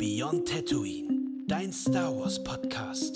Beyond Tatooine, dein Star Wars Podcast.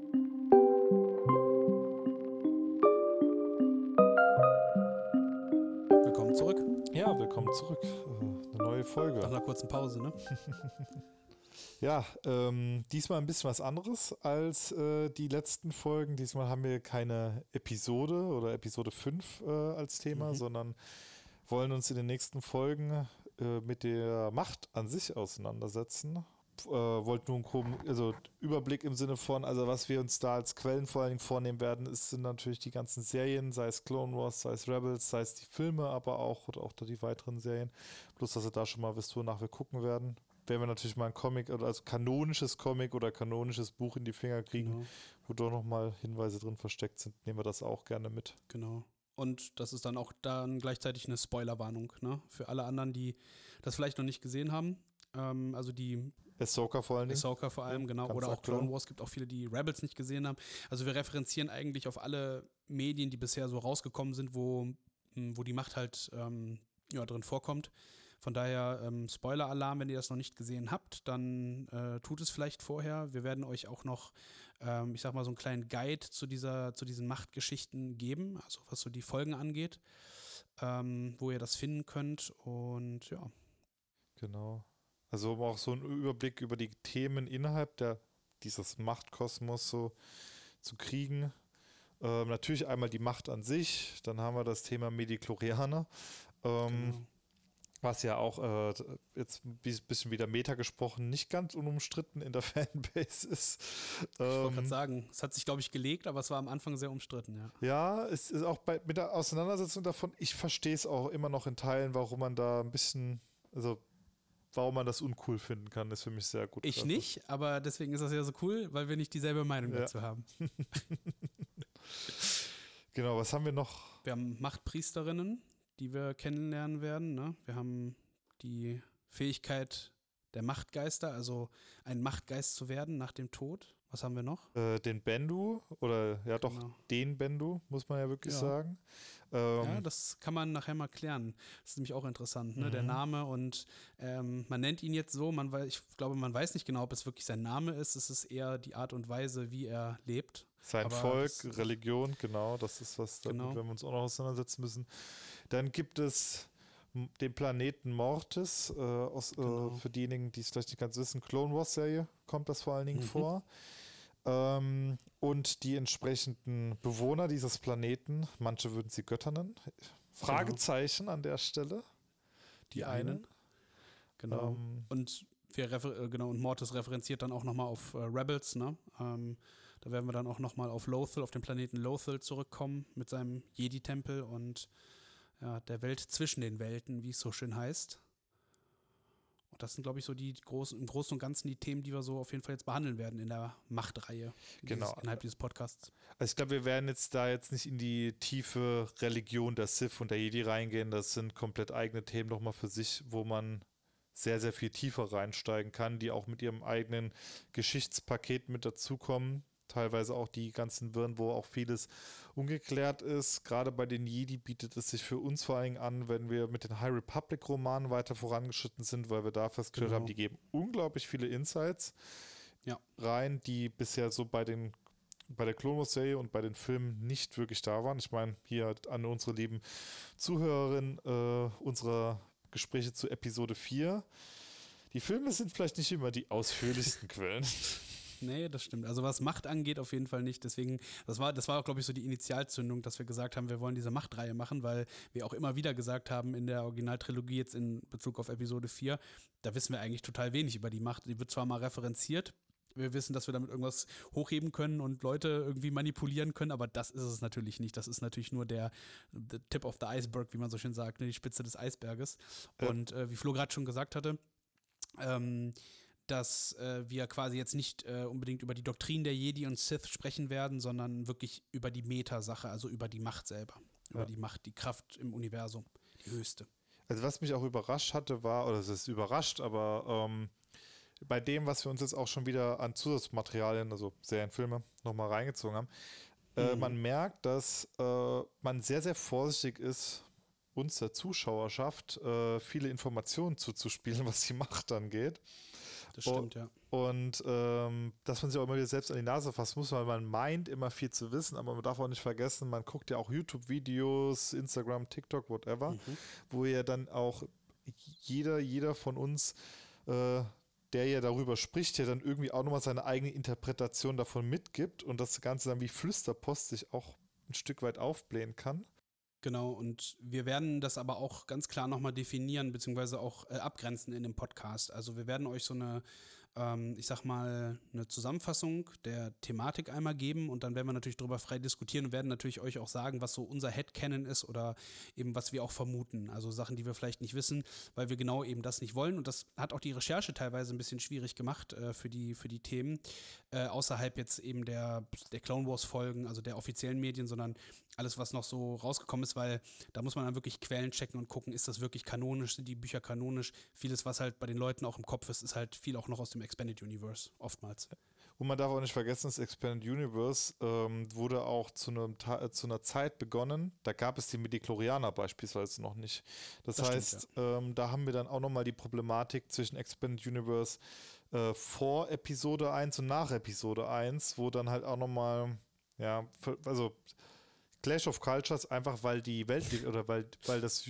Willkommen zurück. Ja, willkommen zurück. Eine neue Folge. Nach einer kurzen Pause, ne? Ja, diesmal ein bisschen was anderes als die letzten Folgen. Diesmal haben wir keine Episode oder Episode 5 als Thema, sondern wollen uns in den nächsten Folgen mit der Macht an sich auseinandersetzen. Wollt nur einen groben Überblick im Sinne von, also was wir uns da als Quellen vor allen Dingen vornehmen werden, sind natürlich die ganzen Serien, sei es Clone Wars, sei es Rebels, sei es die Filme, aber auch oder auch die weiteren Serien. Bloß, dass ihr da schon mal wisst, wonach wir gucken werden. Wenn wir natürlich mal ein Comic, also kanonisches Comic oder kanonisches Buch in die Finger kriegen, wo doch nochmal Hinweise drin versteckt sind, nehmen wir das auch gerne mit. Genau. Und das ist dann auch dann gleichzeitig eine Spoilerwarnung, ne? Für alle anderen, die das vielleicht noch nicht gesehen haben. Also die Ahsoka vor allen Dingen. Ahsoka vor allem, genau. Oder auch Clone Wars, gibt auch viele, die Rebels nicht gesehen haben. Also wir referenzieren eigentlich auf alle Medien, die bisher so rausgekommen sind, wo die Macht halt drin vorkommt. Von daher Spoiler-Alarm, wenn ihr das noch nicht gesehen habt, dann tut es vielleicht vorher. Wir werden euch auch noch, ich sag mal, so einen kleinen Guide zu diesen Machtgeschichten geben, also was so die Folgen angeht, wo ihr das finden könnt und ja. Genau. Also um auch so einen Überblick über die Themen innerhalb dieses Machtkosmos so zu kriegen. Natürlich einmal die Macht an sich, dann haben wir das Thema Midi-Chlorianer, was ja auch jetzt ein bisschen wieder Meta gesprochen, nicht ganz unumstritten in der Fanbase ist. Ich wollte gerade sagen, es hat sich, glaube ich, gelegt, aber es war am Anfang sehr umstritten, ja. Ja, es ist auch mit der Auseinandersetzung davon, ich verstehe es auch immer noch in Teilen, warum man da ein bisschen, warum man das uncool finden kann, ist für mich sehr gut. Ich nicht, aber deswegen ist das ja so cool, weil wir nicht dieselbe Meinung dazu haben. Genau, was haben wir noch? Wir haben Machtpriesterinnen, die wir kennenlernen werden. Ne? Wir haben die Fähigkeit der Machtgeister, also ein Machtgeist zu werden nach dem Tod. Was haben wir noch? Den Bendu, oder ja doch, den Bendu, muss man ja wirklich sagen. Ja, das kann man nachher mal klären. Das ist nämlich auch interessant, ne? Der Name und man nennt ihn jetzt so, ich glaube, man weiß nicht genau, ob es wirklich sein Name ist. Es ist eher die Art und Weise, wie er lebt. Sein Volk, Religion, genau, das ist was, damit wir uns auch noch auseinandersetzen müssen. Dann gibt es den Planeten Mortis, für diejenigen, die es vielleicht nicht ganz wissen, Clone Wars Serie kommt das vor allen Dingen vor. Und die entsprechenden Bewohner dieses Planeten, manche würden sie Götter nennen, Fragezeichen an der Stelle. Die einen. Genau. Und und Mortis referenziert dann auch nochmal auf Rebels, ne? Da werden wir dann auch nochmal auf Lothal, auf den Planeten Lothal zurückkommen mit seinem Jedi-Tempel und der Welt zwischen den Welten, wie es so schön heißt. Und das sind, glaube ich, so im Großen und Ganzen die Themen, die wir so auf jeden Fall jetzt behandeln werden in der Machtreihe innerhalb dieses Podcasts. Also ich glaube, wir werden jetzt nicht in die tiefe Religion der Sith und der Jedi reingehen. Das sind komplett eigene Themen nochmal für sich, wo man sehr, sehr viel tiefer reinsteigen kann, die auch mit ihrem eigenen Geschichtspaket mit dazukommen. Teilweise auch die ganzen Wirren, wo auch vieles ungeklärt ist. Gerade bei den Jedi bietet es sich für uns vor allem an, wenn wir mit den High Republic-Romanen weiter vorangeschritten sind, weil wir da festgestellt haben, die geben unglaublich viele Insights rein, die bisher so bei der Clone Wars Serie und bei den Filmen nicht wirklich da waren. Ich meine, hier an unsere lieben Zuhörerinnen unserer Gespräche zu Episode 4. Die Filme sind vielleicht nicht immer die ausführlichsten Quellen. Nee, das stimmt. Also was Macht angeht, auf jeden Fall nicht. Deswegen, das war auch, glaube ich, so die Initialzündung, dass wir gesagt haben, wir wollen diese Machtreihe machen, weil wir auch immer wieder gesagt haben in der Originaltrilogie jetzt in Bezug auf Episode 4, da wissen wir eigentlich total wenig über die Macht. Die wird zwar mal referenziert, wir wissen, dass wir damit irgendwas hochheben können und Leute irgendwie manipulieren können, aber das ist es natürlich nicht. Das ist natürlich nur der Tip of the Iceberg, wie man so schön sagt, ne? Die Spitze des Eisberges. Und wie Flo gerade schon gesagt hatte, dass wir quasi jetzt nicht unbedingt über die Doktrin der Jedi und Sith sprechen werden, sondern wirklich über die Meta-Sache, also über die Macht selber. Über die Macht, die Kraft im Universum, die höchste. Also was mich auch überrascht hatte war, oder es ist überrascht, aber bei dem, was wir uns jetzt auch schon wieder an Zusatzmaterialien, also Serienfilme, nochmal reingezogen haben, man merkt, dass man sehr, sehr vorsichtig ist, uns der Zuschauerschaft viele Informationen zuzuspielen, was die Macht angeht. Das stimmt, ja. Und dass man sich auch immer wieder selbst an die Nase fassen muss, weil man meint, immer viel zu wissen, aber man darf auch nicht vergessen, man guckt ja auch YouTube-Videos, Instagram, TikTok, whatever, wo ja dann auch jeder von uns, der ja darüber spricht, ja dann irgendwie auch nochmal seine eigene Interpretation davon mitgibt und das Ganze dann wie Flüsterpost sich auch ein Stück weit aufblähen kann. Genau, und wir werden das aber auch ganz klar nochmal definieren, beziehungsweise auch abgrenzen in dem Podcast. Also wir werden euch so eine, ich sag mal, eine Zusammenfassung der Thematik einmal geben und dann werden wir natürlich darüber frei diskutieren und werden natürlich euch auch sagen, was so unser Headcanon ist oder eben was wir auch vermuten. Also Sachen, die wir vielleicht nicht wissen, weil wir genau eben das nicht wollen. Und das hat auch die Recherche teilweise ein bisschen schwierig gemacht für die Themen, außerhalb jetzt eben der Clone Wars Folgen, also der offiziellen Medien, sondern alles, was noch so rausgekommen ist, weil da muss man dann wirklich Quellen checken und gucken, ist das wirklich kanonisch, sind die Bücher kanonisch? Vieles, was halt bei den Leuten auch im Kopf ist, ist halt viel auch noch aus dem Expanded Universe, oftmals. Und man darf auch nicht vergessen, das Expanded Universe wurde auch zu einer Zeit begonnen, da gab es die Midichlorianer beispielsweise noch nicht. Das heißt, stimmt, ja. Da haben wir dann auch nochmal die Problematik zwischen Expanded Universe vor Episode 1 und nach Episode 1, wo dann halt auch nochmal, ja, also Clash of Cultures, einfach weil die Welt oder weil das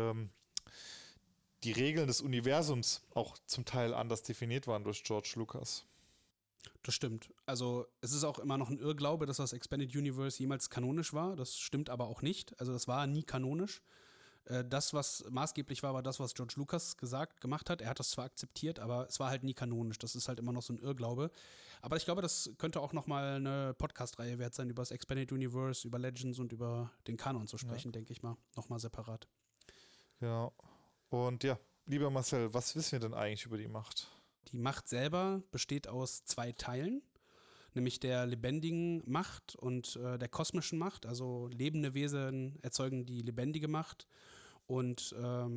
die Regeln des Universums auch zum Teil anders definiert waren durch George Lucas. Das stimmt. Also es ist auch immer noch ein Irrglaube, dass das Expanded Universe jemals kanonisch war. Das stimmt aber auch nicht. Also das war nie kanonisch. Das, was maßgeblich war das, was George Lucas gemacht hat. Er hat das zwar akzeptiert, aber es war halt nie kanonisch. Das ist halt immer noch so ein Irrglaube. Aber ich glaube, das könnte auch nochmal eine Podcast-Reihe wert sein, über das Expanded Universe, über Legends und über den Kanon zu sprechen, denke ich mal. Nochmal separat. Ja. Und ja, lieber Marcel, was wissen wir denn eigentlich über die Macht? Die Macht selber besteht aus 2 Teilen, nämlich der lebendigen Macht und der kosmischen Macht. Also lebende Wesen erzeugen die lebendige Macht und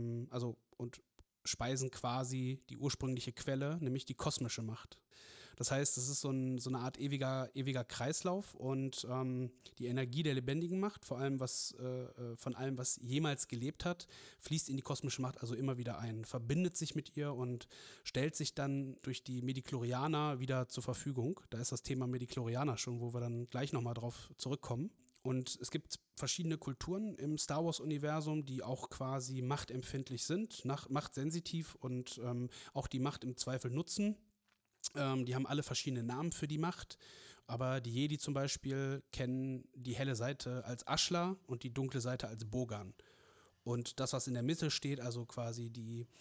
speisen quasi die ursprüngliche Quelle, nämlich die kosmische Macht. Das heißt, es ist so eine Art ewiger Kreislauf und die Energie der lebendigen Macht, vor allem von allem, was jemals gelebt hat, fließt in die kosmische Macht also immer wieder ein, verbindet sich mit ihr und stellt sich dann durch die Midichlorianer wieder zur Verfügung. Da ist das Thema Midichlorianer schon, wo wir dann gleich nochmal drauf zurückkommen. Und es gibt verschiedene Kulturen im Star Wars-Universum, die auch quasi machtempfindlich sind, machtsensitiv und auch die Macht im Zweifel nutzen. Die haben alle verschiedene Namen für die Macht, aber die Jedi zum Beispiel kennen die helle Seite als Ashla und die dunkle Seite als Bogan. Und das, was in der Mitte steht, also quasi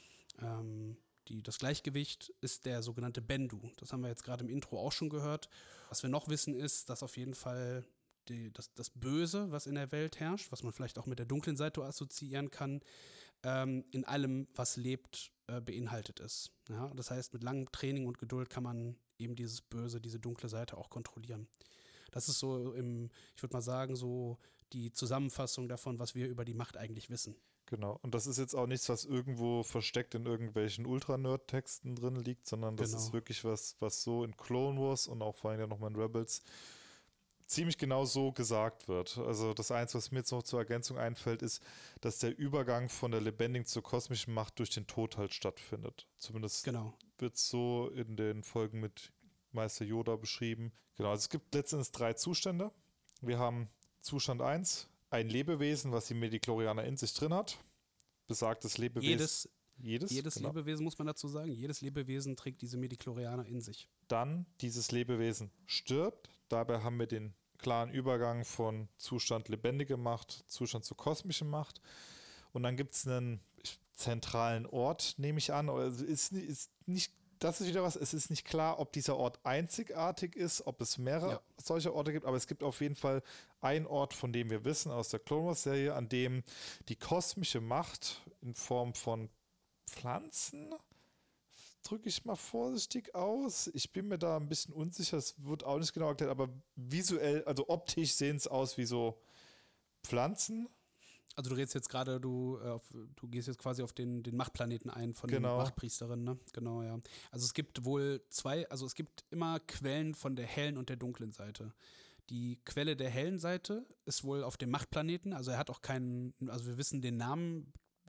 das Gleichgewicht, ist der sogenannte Bendu. Das haben wir jetzt gerade im Intro auch schon gehört. Was wir noch wissen ist, dass auf jeden Fall das Böse, was in der Welt herrscht, was man vielleicht auch mit der dunklen Seite assoziieren kann, in allem, was lebt, beinhaltet ist. Ja, das heißt, mit langem Training und Geduld kann man eben dieses Böse, diese dunkle Seite auch kontrollieren. Das ist so ich würde mal sagen, so die Zusammenfassung davon, was wir über die Macht eigentlich wissen. Genau, und das ist jetzt auch nichts, was irgendwo versteckt in irgendwelchen Ultra-Nerd-Texten drin liegt, sondern das ist wirklich was so in Clone Wars und auch vor allem ja nochmal in Rebels ziemlich genau so gesagt wird. Also das Einzige, was mir jetzt noch zur Ergänzung einfällt, ist, dass der Übergang von der lebendigen zur kosmischen Macht durch den Tod halt stattfindet. Zumindest wird es so in den Folgen mit Meister Yoda beschrieben. Genau, also es gibt letztendlich 3 Zustände. Wir haben Zustand 1, ein Lebewesen, was die Midichlorianer in sich drin hat. Besagtes Lebewesen. Jedes Lebewesen, muss man dazu sagen. Jedes Lebewesen trägt diese Midichlorianer in sich. Dann dieses Lebewesen stirbt. Dabei haben wir den klaren Übergang von Zustand lebendige Macht, Zustand zu kosmische Macht. Und dann gibt es einen zentralen Ort, nehme ich an. Also ist nicht, das ist wieder was, es ist nicht klar, ob dieser Ort einzigartig ist, ob es mehrere solcher Orte gibt, aber es gibt auf jeden Fall einen Ort, von dem wir wissen aus der Clone Wars Serie, an dem die kosmische Macht in Form von Pflanzen, drücke ich mal vorsichtig aus. Ich bin mir da ein bisschen unsicher, es wird auch nicht genau erklärt, aber visuell, also optisch sehen es aus wie so Pflanzen. Also du redest jetzt gerade, du gehst jetzt quasi auf den Machtplaneten ein von den Machtpriesterinnen, ne? Genau, ja. Also es gibt wohl es gibt immer Quellen von der hellen und der dunklen Seite. Die Quelle der hellen Seite ist wohl auf dem Machtplaneten, also er hat auch also wir wissen den Namen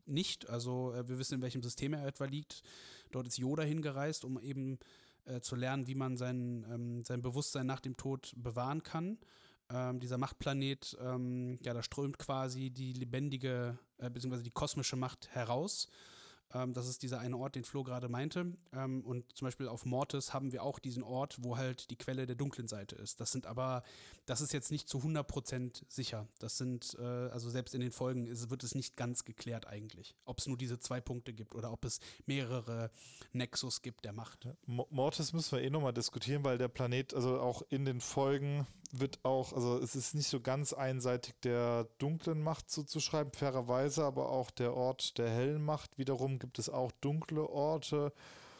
nicht. Also wir wissen, in welchem System er etwa liegt. Dort ist Yoda hingereist, um eben zu lernen, wie man sein Bewusstsein nach dem Tod bewahren kann. Dieser Machtplanet, da strömt quasi die lebendige, beziehungsweise die kosmische Macht heraus. Das ist dieser eine Ort, den Flo gerade meinte. Und zum Beispiel auf Mortis haben wir auch diesen Ort, wo halt die Quelle der dunklen Seite ist. Das ist jetzt nicht zu 100% sicher. Das sind, also selbst in den Folgen wird es nicht ganz geklärt eigentlich. Ob es nur diese 2 Punkte gibt oder ob es mehrere Nexus gibt der Macht. Mortis müssen wir nochmal diskutieren, weil der Planet, also auch in den Folgen wird auch, also es ist nicht so ganz einseitig der dunklen Macht zuzuschreiben, fairerweise, aber auch der Ort der hellen Macht wiederum gibt es auch dunkle Orte.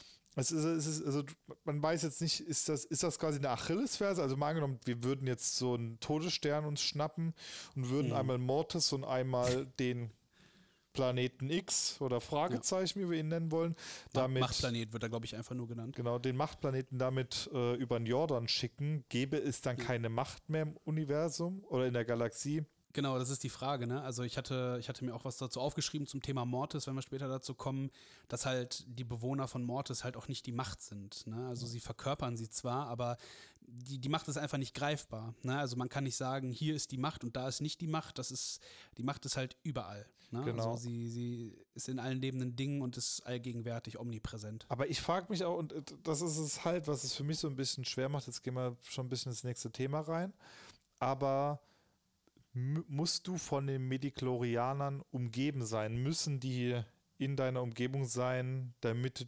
Also man weiß jetzt nicht, ist das quasi eine Achillesferse? Also mal angenommen, wir würden jetzt so einen Todesstern uns schnappen und würden einmal Mortis und einmal den Planeten X oder Fragezeichen, wie wir ihn nennen wollen. Machtplanet wird er, glaube ich, einfach nur genannt. Genau, den Machtplaneten damit über den Jordan schicken. Gäbe es dann keine Macht mehr im Universum oder in der Galaxie? Genau, das ist die Frage, ne? Also ich hatte mir auch was dazu aufgeschrieben zum Thema Mortis, wenn wir später dazu kommen, dass halt die Bewohner von Mortis halt auch nicht die Macht sind, ne? Also sie verkörpern sie zwar, aber die Macht ist einfach nicht greifbar, ne? Also man kann nicht sagen, hier ist die Macht und da ist nicht die Macht, die Macht ist halt überall, ne? Genau. Also sie ist in allen lebenden Dingen und ist allgegenwärtig, omnipräsent. Aber ich frage mich auch, und das ist es halt, was es für mich so ein bisschen schwer macht, jetzt gehen wir schon ein bisschen ins nächste Thema rein, aber musst du von den Midichlorianern umgeben sein? Müssen die in deiner Umgebung sein, damit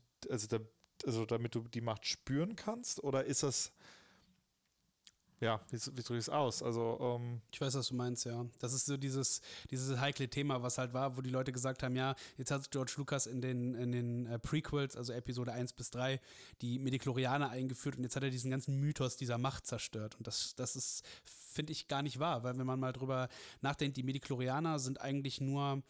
du die Macht spüren kannst? Oder ist das, ja, wie drücke ich es aus? Also, ich weiß, was du meinst, ja. Das ist so dieses heikle Thema, was halt war, wo die Leute gesagt haben, ja, jetzt hat George Lucas in den Prequels, also Episode 1 bis 3, die Midichlorianer eingeführt und jetzt hat er diesen ganzen Mythos dieser Macht zerstört. Und das ist, finde ich, gar nicht wahr, weil wenn man mal drüber nachdenkt, die Midichlorianer sind eigentlich nur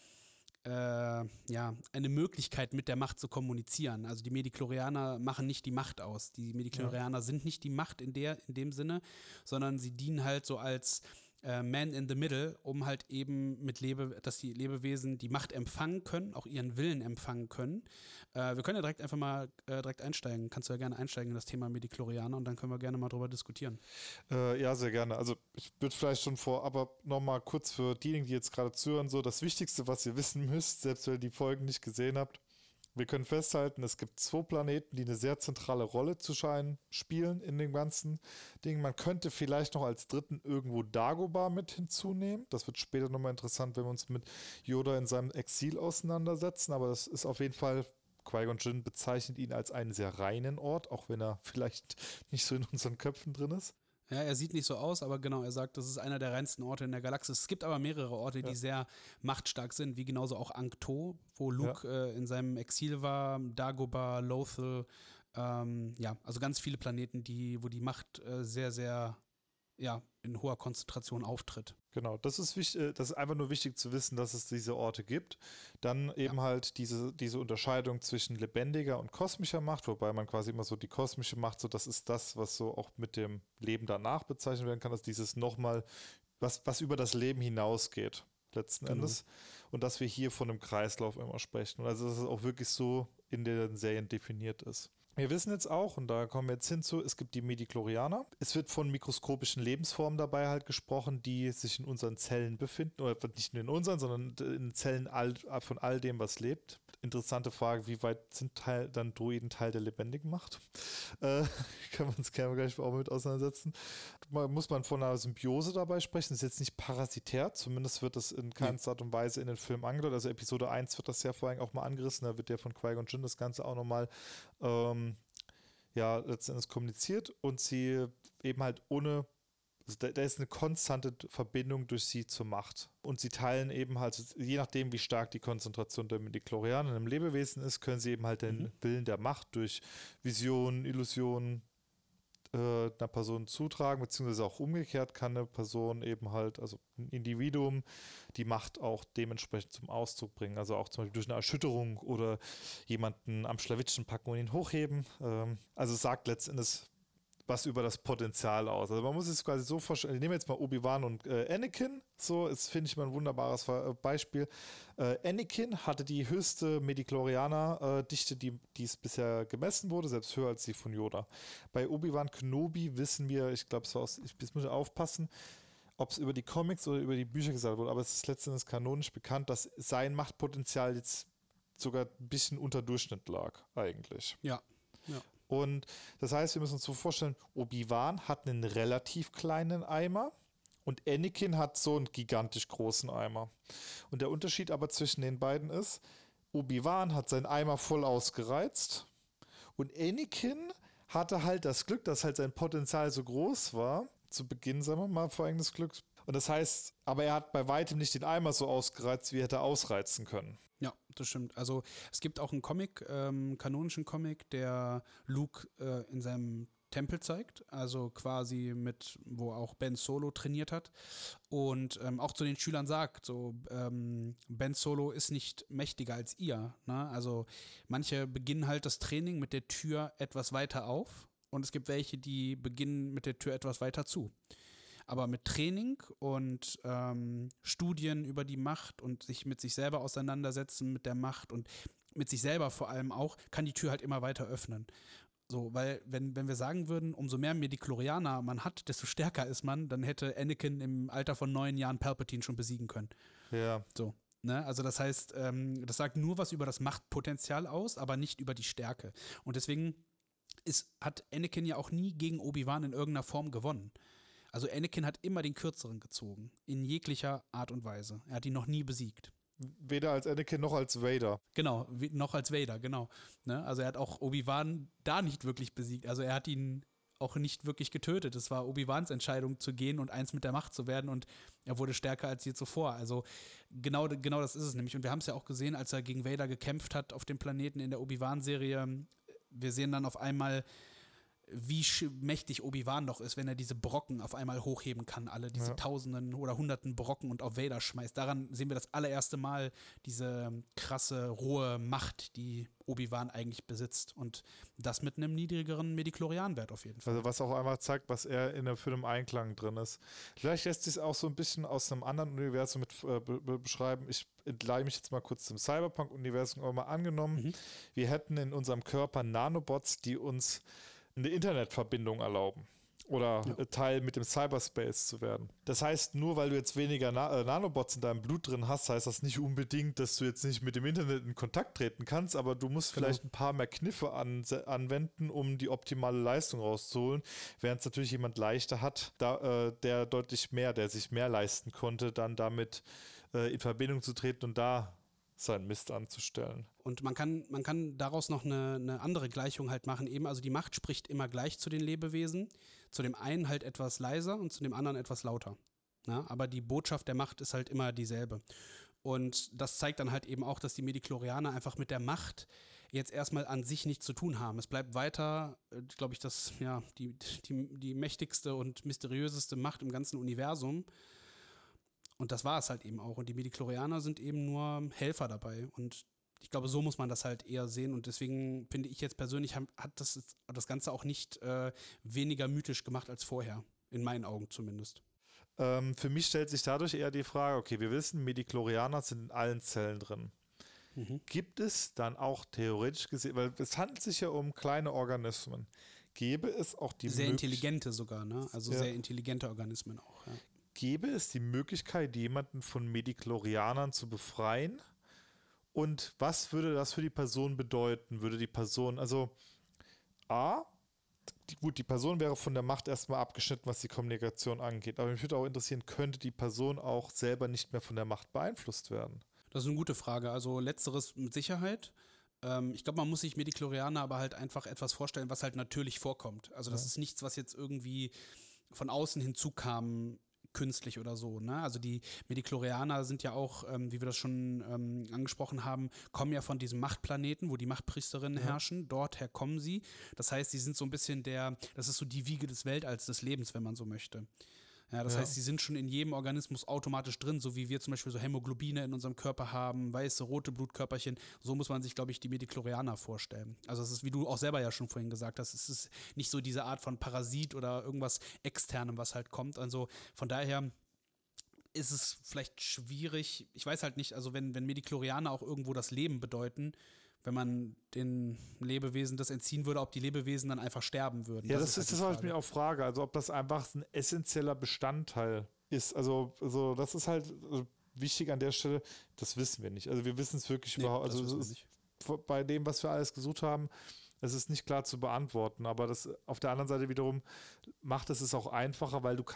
eine Möglichkeit, mit der Macht zu kommunizieren. Also die Midichlorianer machen nicht die Macht aus. Die Midichlorianer sind nicht die Macht in dem Sinne, sondern sie dienen halt so als Man in the Middle, um halt eben dass die Lebewesen die Macht empfangen können, auch ihren Willen empfangen können. Wir können ja direkt einfach mal einsteigen. Kannst du ja gerne einsteigen in das Thema Midichlorianer und dann können wir gerne mal drüber diskutieren. Ja, sehr gerne. Also ich würde vielleicht schon aber nochmal kurz für diejenigen, die jetzt gerade zuhören, so das Wichtigste, was ihr wissen müsst, selbst wenn ihr die Folgen nicht gesehen habt. Wir können festhalten, es gibt 2 Planeten, die eine sehr zentrale Rolle spielen in dem ganzen Ding. Man könnte vielleicht noch als dritten irgendwo Dagobah mit hinzunehmen. Das wird später nochmal interessant, wenn wir uns mit Yoda in seinem Exil auseinandersetzen. Aber das ist auf jeden Fall, Qui-Gon Jinn bezeichnet ihn als einen sehr reinen Ort, auch wenn er vielleicht nicht so in unseren Köpfen drin ist. Ja, er sieht nicht so aus, aber genau, er sagt, das ist einer der reinsten Orte in der Galaxis. Es gibt aber mehrere Orte, die sehr machtstark sind, wie genauso auch Ankh-To, wo Luke in seinem Exil war, Dagobah, Lothal, also ganz viele Planeten, wo die Macht sehr, sehr in hoher Konzentration auftritt. Genau, das ist wichtig, das ist einfach nur wichtig zu wissen, dass es diese Orte gibt. Dann eben halt diese Unterscheidung zwischen lebendiger und kosmischer Macht, wobei man quasi immer so die kosmische Macht, so das ist das, was so auch mit dem Leben danach bezeichnet werden kann, dass dieses nochmal, was über das Leben hinausgeht, letzten Endes. Und dass wir hier von einem Kreislauf immer sprechen. Und also dass es auch wirklich so in den Serien definiert ist. Wir wissen jetzt auch, und da kommen wir jetzt hinzu, es gibt die Midichlorianer. Es wird von mikroskopischen Lebensformen dabei halt gesprochen, die sich in unseren Zellen befinden, oder nicht nur in unseren, sondern in Zellen von all dem, was lebt. Interessante Frage, wie weit sind dann Droiden Teil der lebendigen Macht? Können wir uns gerne gleich auch mit auseinandersetzen. Muss man von einer Symbiose dabei sprechen, das ist jetzt nicht parasitär, zumindest wird das in keinster Art und Weise in den Film angedeutet. Also Episode 1 wird das ja vorhin auch mal angerissen, da wird ja von Qui-Gon Jinn das Ganze auch nochmal letztendlich kommuniziert und sie eben halt ohne, also da ist eine konstante Verbindung durch sie zur Macht. Und sie teilen eben halt, je nachdem, wie stark die Konzentration der Midichlorianer in einem Lebewesen ist, können sie eben halt den Willen der Macht durch Visionen, Illusionen einer Person zutragen, beziehungsweise auch umgekehrt kann eine Person eben halt, also ein Individuum, die Macht auch dementsprechend zum Ausdruck bringen. Also auch zum Beispiel durch eine Erschütterung oder jemanden am Schlawittchen packen und ihn hochheben. Also sagt letztendlich was über das Potenzial aus. Also man muss es quasi so vorstellen, ich nehme jetzt mal Obi-Wan und Anakin, so, ist, finde ich mal ein wunderbares Beispiel. Anakin hatte die höchste Midichlorianer-Dichte, die es bisher gemessen wurde, selbst höher als die von Yoda. Bei Obi-Wan Kenobi wissen wir, ich glaube, jetzt muss ich aufpassen, ob es über die Comics oder über die Bücher gesagt wurde, aber es ist letztendlich kanonisch bekannt, dass sein Machtpotenzial jetzt sogar ein bisschen unter Durchschnitt lag, eigentlich. Ja. Und das heißt, wir müssen uns so vorstellen, Obi-Wan hat einen relativ kleinen Eimer und Anakin hat so einen gigantisch großen Eimer. Und der Unterschied aber zwischen den beiden ist, Obi-Wan hat seinen Eimer voll ausgereizt und Anakin hatte halt das Glück, dass halt sein Potenzial so groß war, zu Beginn, sagen wir mal, vor eigenes Glück. Und das heißt, aber er hat bei weitem nicht den Eimer so ausgereizt, wie er hätte ausreizen können. Ja, das stimmt. Also es gibt auch einen Comic, kanonischen Comic, der Luke in seinem Tempel zeigt, also quasi wo auch Ben Solo trainiert hat und auch zu den Schülern sagt, so Ben Solo ist nicht mächtiger als ihr. Ne? Also manche beginnen halt das Training mit der Tür etwas weiter auf und es gibt welche, die beginnen mit der Tür etwas weiter zu. Aber mit Training und Studien über die Macht und sich mit sich selber auseinandersetzen mit der Macht und mit sich selber vor allem auch, kann die Tür halt immer weiter öffnen. So, weil wenn wir sagen würden, umso mehr Midichlorianer man hat, desto stärker ist man, dann hätte Anakin im Alter von 9 Jahren Palpatine schon besiegen können. Ja. So. Ne? Also das heißt, das sagt nur was über das Machtpotenzial aus, aber nicht über die Stärke. Und deswegen hat Anakin ja auch nie gegen Obi-Wan in irgendeiner Form gewonnen. Also Anakin hat immer den Kürzeren gezogen, in jeglicher Art und Weise. Er hat ihn noch nie besiegt. Weder als Anakin noch als Vader. Genau, noch als Vader, genau. Ne? Also er hat auch Obi-Wan da nicht wirklich besiegt. Also er hat ihn auch nicht wirklich getötet. Es war Obi-Wans Entscheidung zu gehen und eins mit der Macht zu werden und er wurde stärker als je zuvor. Also genau das ist es nämlich. Und wir haben es ja auch gesehen, als er gegen Vader gekämpft hat auf dem Planeten in der Obi-Wan-Serie. Wir sehen dann auf einmal, wie mächtig Obi-Wan doch ist, wenn er diese Brocken auf einmal hochheben kann, alle diese Tausenden oder Hunderten Brocken und auf Vader schmeißt. Daran sehen wir das allererste Mal diese krasse, rohe Macht, die Obi-Wan eigentlich besitzt. Und das mit einem niedrigeren Midichlorian-Wert auf jeden Fall. Also was auch einmal zeigt, was er für einem Einklang drin ist. Vielleicht lässt sich es auch so ein bisschen aus einem anderen Universum beschreiben. Ich entleihe mich jetzt mal kurz zum Cyberpunk-Universum, aber mal angenommen, wir hätten in unserem Körper Nanobots, die uns eine Internetverbindung erlauben oder Teil mit dem Cyberspace zu werden. Das heißt, nur weil du jetzt weniger Nanobots in deinem Blut drin hast, heißt das nicht unbedingt, dass du jetzt nicht mit dem Internet in Kontakt treten kannst, aber du musst vielleicht ein paar mehr Kniffe anwenden, um die optimale Leistung rauszuholen, während es natürlich jemand leichter hat, der sich mehr leisten konnte, dann damit in Verbindung zu treten und da seinen Mist anzustellen. Und man kann daraus noch eine andere Gleichung halt machen, eben, also die Macht spricht immer gleich zu den Lebewesen, zu dem einen halt etwas leiser und zu dem anderen etwas lauter. Ja, aber die Botschaft der Macht ist halt immer dieselbe. Und das zeigt dann halt eben auch, dass die Midichlorianer einfach mit der Macht jetzt erstmal an sich nichts zu tun haben. Es bleibt weiter, glaube ich, die mächtigste und mysteriöseste Macht im ganzen Universum. Und das war es halt eben auch. Und die Midichlorianer sind eben nur Helfer dabei. Und ich glaube, so muss man das halt eher sehen. Und deswegen finde ich jetzt persönlich, hat das Ganze auch nicht weniger mythisch gemacht als vorher. In meinen Augen zumindest. Für mich stellt sich dadurch eher die Frage, okay, wir wissen, Midichlorianer sind in allen Zellen drin. Gibt es dann auch theoretisch gesehen, weil es handelt sich ja um kleine Organismen, gäbe es auch die sehr intelligente sogar, ne? Also sehr intelligente Organismen auch, ja. Gäbe es die Möglichkeit, jemanden von Midichlorianern zu befreien? Und was würde das für die Person bedeuten? Würde die Person, also die Person wäre von der Macht erstmal abgeschnitten, was die Kommunikation angeht. Aber mich würde auch interessieren, könnte die Person auch selber nicht mehr von der Macht beeinflusst werden? Das ist eine gute Frage. Also letzteres mit Sicherheit. Ich glaube, man muss sich Midichlorianer aber halt einfach etwas vorstellen, was halt natürlich vorkommt. Also das ist nichts, was jetzt irgendwie von außen hinzukam, künstlich oder so, ne? Also die Midichlorianer sind ja auch, wie wir das schon angesprochen haben, kommen ja von diesem Machtplaneten, wo die Machtpriesterinnen herrschen. Dorther kommen sie. Das heißt, sie sind so ein bisschen das ist so die Wiege des Weltalls, des Lebens, wenn man so möchte. Ja, das heißt, sie sind schon in jedem Organismus automatisch drin, so wie wir zum Beispiel so Hämoglobine in unserem Körper haben, weiße, rote Blutkörperchen. So muss man sich, glaube ich, die Midichlorianer vorstellen. Also es ist, wie du auch selber ja schon vorhin gesagt hast, es ist nicht so diese Art von Parasit oder irgendwas Externem, was halt kommt. Also von daher ist es vielleicht schwierig, ich weiß halt nicht, also wenn Midichlorianer auch irgendwo das Leben bedeuten, wenn man den Lebewesen das entziehen würde, ob die Lebewesen dann einfach sterben würden. Ja, das ist halt das, was ich mir auch frage. Also ob das einfach ein essentieller Bestandteil ist. Also das ist halt wichtig an der Stelle, das wissen wir nicht. Also wir wissen es wirklich überhaupt, also bei dem, was wir alles gesucht haben, es ist nicht klar zu beantworten, aber das auf der anderen Seite wiederum macht es auch einfacher, weil du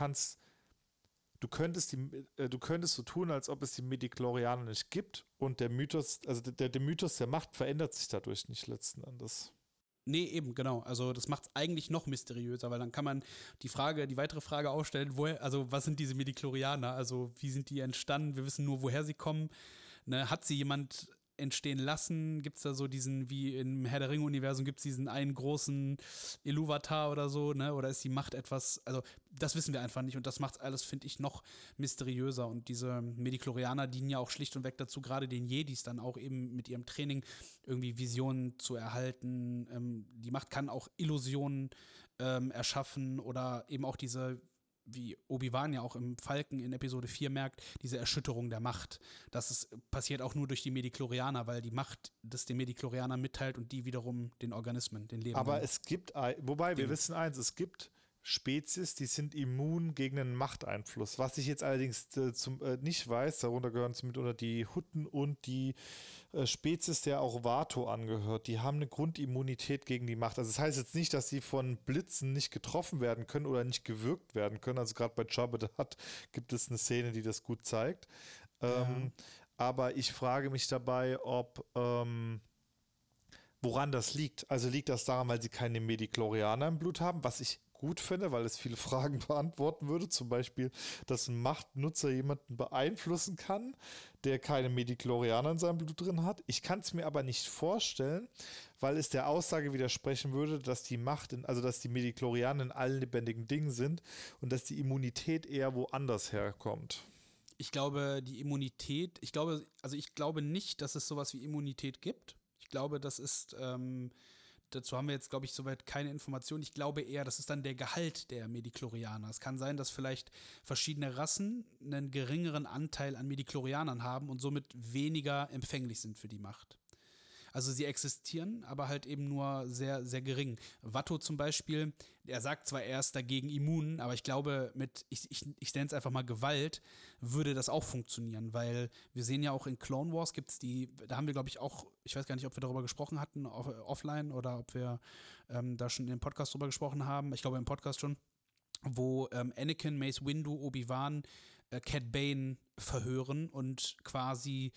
könntest so tun, als ob es die Midichlorianer nicht gibt und der Mythos, also der Mythos der Macht verändert sich dadurch nicht letzten Endes. Nee, eben, genau. Also das macht es eigentlich noch mysteriöser, weil dann kann man die weitere Frage aufstellen, was sind diese Midichlorianer? Also wie sind die entstanden? Wir wissen nur, woher sie kommen. Ne? Hat sie jemand entstehen lassen? Gibt es da so diesen, wie im Herr der Ringe-Universum, gibt es diesen einen großen Iluvatar oder so, ne? Oder ist die Macht etwas, also das wissen wir einfach nicht und das macht alles, finde ich, noch mysteriöser und diese Midichlorianer dienen ja auch schlicht und weg dazu, gerade den Jedis dann auch eben mit ihrem Training irgendwie Visionen zu erhalten. Die Macht kann auch Illusionen erschaffen oder eben auch diese, wie Obi-Wan ja auch im Falken in Episode 4 merkt, diese Erschütterung der Macht. Das passiert auch nur durch die Midichlorianer, weil die Macht das den Midichlorianern mitteilt und die wiederum den Organismen, den Lebenden. Aber es gibt, wobei wir wissen eins, es gibt Spezies, die sind immun gegen einen Machteinfluss. Was ich jetzt allerdings nicht weiß, darunter gehören mitunter die Hutten und die Spezies, der auch Vato angehört, die haben eine Grundimmunität gegen die Macht. Also das heißt jetzt nicht, dass sie von Blitzen nicht getroffen werden können oder nicht gewürgt werden können. Also gerade bei Jabba the Hutt gibt es eine Szene, die das gut zeigt. Aber ich frage mich dabei, ob woran das liegt. Also liegt das daran, weil sie keine Midichlorianer im Blut haben, was ich gut finde, weil es viele Fragen beantworten würde. Zum Beispiel, dass ein Machtnutzer jemanden beeinflussen kann, der keine Midichlorianer in seinem Blut drin hat. Ich kann es mir aber nicht vorstellen, weil es der Aussage widersprechen würde, dass die dass die Midichlorianer in allen lebendigen Dingen sind und dass die Immunität eher woanders herkommt. Ich glaube, ich glaube nicht, dass es sowas wie Immunität gibt. Ich glaube, das ist, dazu haben wir jetzt, glaube ich, soweit keine Informationen. Ich glaube eher, das ist dann der Gehalt der Midichlorianer. Es kann sein, dass vielleicht verschiedene Rassen einen geringeren Anteil an Midichlorianern haben und somit weniger empfänglich sind für die Macht. Also sie existieren, aber halt eben nur sehr, sehr gering. Watto zum Beispiel, er sagt zwar, er ist dagegen immun, aber ich glaube, ich nenne es einfach mal Gewalt, würde das auch funktionieren, weil wir sehen ja auch in Clone Wars da haben wir, glaube ich, auch, ich weiß gar nicht, ob wir darüber gesprochen hatten, offline, oder ob wir da schon im Podcast drüber gesprochen haben. Ich glaube im Podcast schon, wo Anakin, Mace Windu, Obi-Wan, Cad Bane verhören und quasi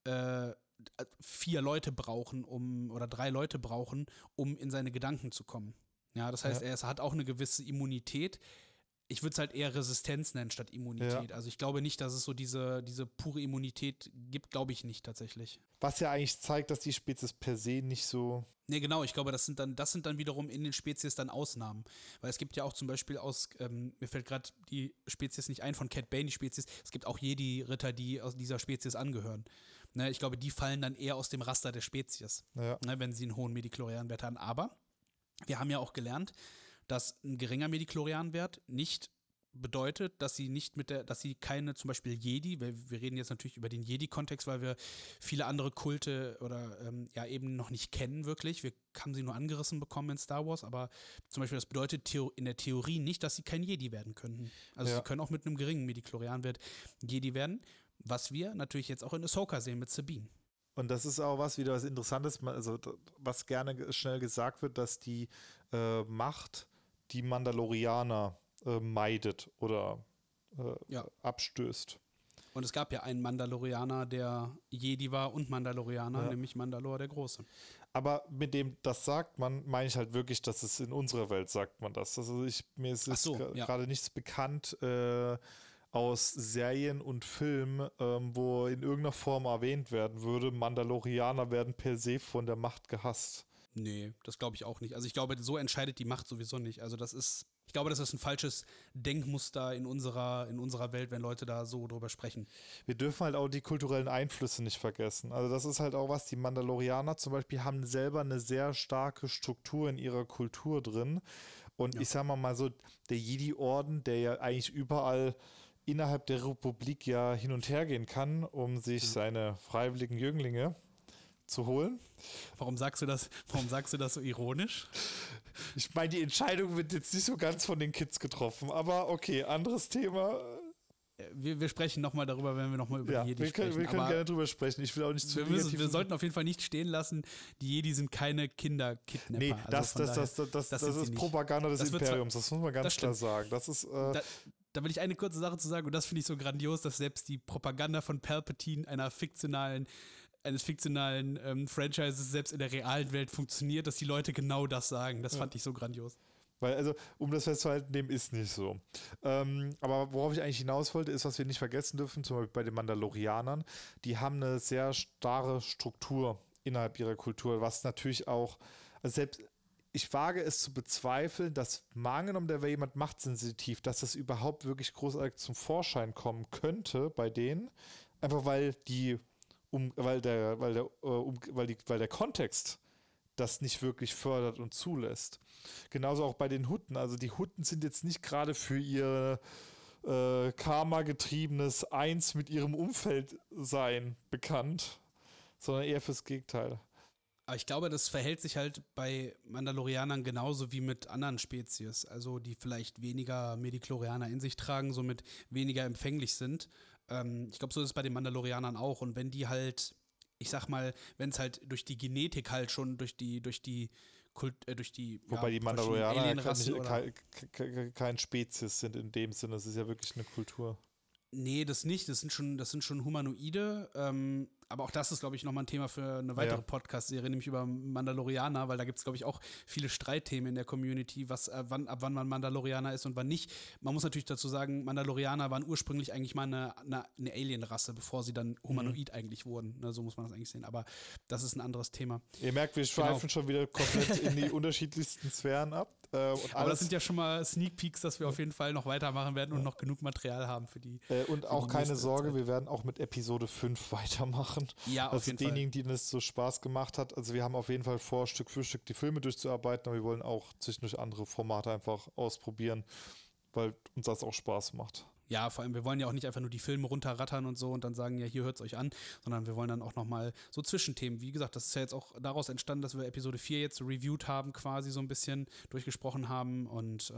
4 Leute brauchen, oder 3 Leute brauchen, um in seine Gedanken zu kommen. Ja, das heißt, er hat auch eine gewisse Immunität. Ich würde es halt eher Resistenz nennen statt Immunität. Ja. Also ich glaube nicht, dass es so diese pure Immunität gibt, glaube ich nicht tatsächlich. Was ja eigentlich zeigt, dass die Spezies per se nicht so... Nee, genau, ich glaube, das sind dann wiederum in den Spezies dann Ausnahmen. Weil es gibt ja auch zum Beispiel mir fällt gerade die Spezies nicht ein, von Cad Bane, die Spezies, es gibt auch Jedi-Ritter, die aus dieser Spezies angehören. Ne, ich glaube, die fallen dann eher aus dem Raster der Spezies, wenn sie einen hohen Midichlorianwert haben. Aber wir haben ja auch gelernt, dass ein geringer Midichlorianwert nicht bedeutet, dass sie keine zum Beispiel Jedi, wir reden jetzt natürlich über den Jedi-Kontext, weil wir viele andere Kulte oder eben noch nicht kennen wirklich. Wir haben sie nur angerissen bekommen in Star Wars, aber zum Beispiel das bedeutet in der Theorie nicht, dass sie kein Jedi werden könnten. Also sie können auch mit einem geringen Midichlorianwert Jedi werden, was wir natürlich jetzt auch in Ahsoka sehen mit Sabine. Und das ist auch was Interessantes, also was gerne schnell gesagt wird, dass die Macht die Mandalorianer meidet oder abstößt. Und es gab ja einen Mandalorianer, der Jedi war und Mandalorianer, nämlich Mandalore der Große. Aber mit dem, das sagt man, meine ich halt wirklich, dass es in unserer Welt sagt man das. Also mir ist gerade nichts bekannt aus Serien und Filmen, wo in irgendeiner Form erwähnt werden würde, Mandalorianer werden per se von der Macht gehasst. Nee, das glaube ich auch nicht. Also ich glaube, so entscheidet die Macht sowieso nicht. Also das ist Ich glaube, das ist ein falsches Denkmuster in unserer Welt, wenn Leute da so drüber sprechen. Wir dürfen halt auch die kulturellen Einflüsse nicht vergessen. Also das ist halt auch was, die Mandalorianer zum Beispiel haben selber eine sehr starke Struktur in ihrer Kultur drin. Und ich sag mal so, der Jedi-Orden, der ja eigentlich überall innerhalb der Republik ja hin und her gehen kann, um sich seine freiwilligen Jünglinge zu holen. Warum sagst du das so ironisch? Ich meine, die Entscheidung wird jetzt nicht so ganz von den Kids getroffen, aber okay, anderes Thema. Wir sprechen nochmal darüber, wenn wir nochmal über die Jedi sprechen. Wir können gerne drüber sprechen. Ich will auch nicht zu negativ. Wir sollten auf jeden Fall nicht stehen lassen, die Jedi sind keine Kinderkidnapper. Nee, das ist Propaganda des Imperiums, das muss man ganz klar sagen. Das ist... Da will ich eine kurze Sache zu sagen, und das finde ich so grandios, dass selbst die Propaganda von Palpatine eines fiktionalen Franchises selbst in der realen Welt funktioniert, dass die Leute genau das sagen. Das fand ich so grandios. Weil, also, um das festzuhalten, dem ist nicht so. Aber worauf ich eigentlich hinaus wollte, ist, was wir nicht vergessen dürfen, zum Beispiel bei den Mandalorianern, die haben eine sehr starre Struktur innerhalb ihrer Kultur, was natürlich auch, also selbst, ich wage es zu bezweifeln, dass mal angenommen, da wäre jemand machtsensitiv, dass das überhaupt wirklich großartig zum Vorschein kommen könnte bei denen, einfach weil der Kontext das nicht wirklich fördert und zulässt. Genauso auch bei den Hutten. Also die Hutten sind jetzt nicht gerade für ihr Karma-getriebenes Eins mit ihrem Umfeld sein bekannt, sondern eher fürs Gegenteil. Aber ich glaube, das verhält sich halt bei Mandalorianern genauso wie mit anderen Spezies, also die vielleicht weniger Medichlorianer in sich tragen, somit weniger empfänglich sind. Ich glaube, so ist es bei den Mandalorianern auch. Und wenn die halt, ich sag mal, wenn es halt durch die Genetik halt schon durch die Wobei die Mandalorianer kein Spezies sind in dem Sinne, das ist ja wirklich eine Kultur. Nee, das nicht. Das sind schon Humanoide. Aber auch das ist, glaube ich, nochmal ein Thema für eine weitere Podcast-Serie, nämlich über Mandalorianer, weil da gibt es, glaube ich, auch viele Streitthemen in der Community, ab wann man Mandalorianer ist und wann nicht. Man muss natürlich dazu sagen, Mandalorianer waren ursprünglich eigentlich mal eine Alien-Rasse, bevor sie dann humanoid eigentlich wurden. Ne, so muss man das eigentlich sehen. Aber das ist ein anderes Thema. Ihr merkt, wir schweifen schon wieder komplett in die unterschiedlichsten Sphären ab. Aber das sind ja schon mal Sneak Peeks, dass wir auf jeden Fall noch weitermachen werden und noch genug Material haben für die. Und auch keine Sorge, Zeit. Wir werden auch mit Episode 5 weitermachen. Ja, auf jeden Fall. Denjenigen, denen es so Spaß gemacht hat. Also wir haben auf jeden Fall vor, Stück für Stück die Filme durchzuarbeiten, aber wir wollen auch zwischendurch andere Formate einfach ausprobieren, weil uns das auch Spaß macht. Ja, vor allem, wir wollen ja auch nicht einfach nur die Filme runterrattern und so und dann sagen, ja, hier hört es euch an, sondern wir wollen dann auch nochmal so Zwischenthemen. Wie gesagt, das ist ja jetzt auch daraus entstanden, dass wir Episode 4 jetzt reviewed haben, quasi so ein bisschen durchgesprochen haben und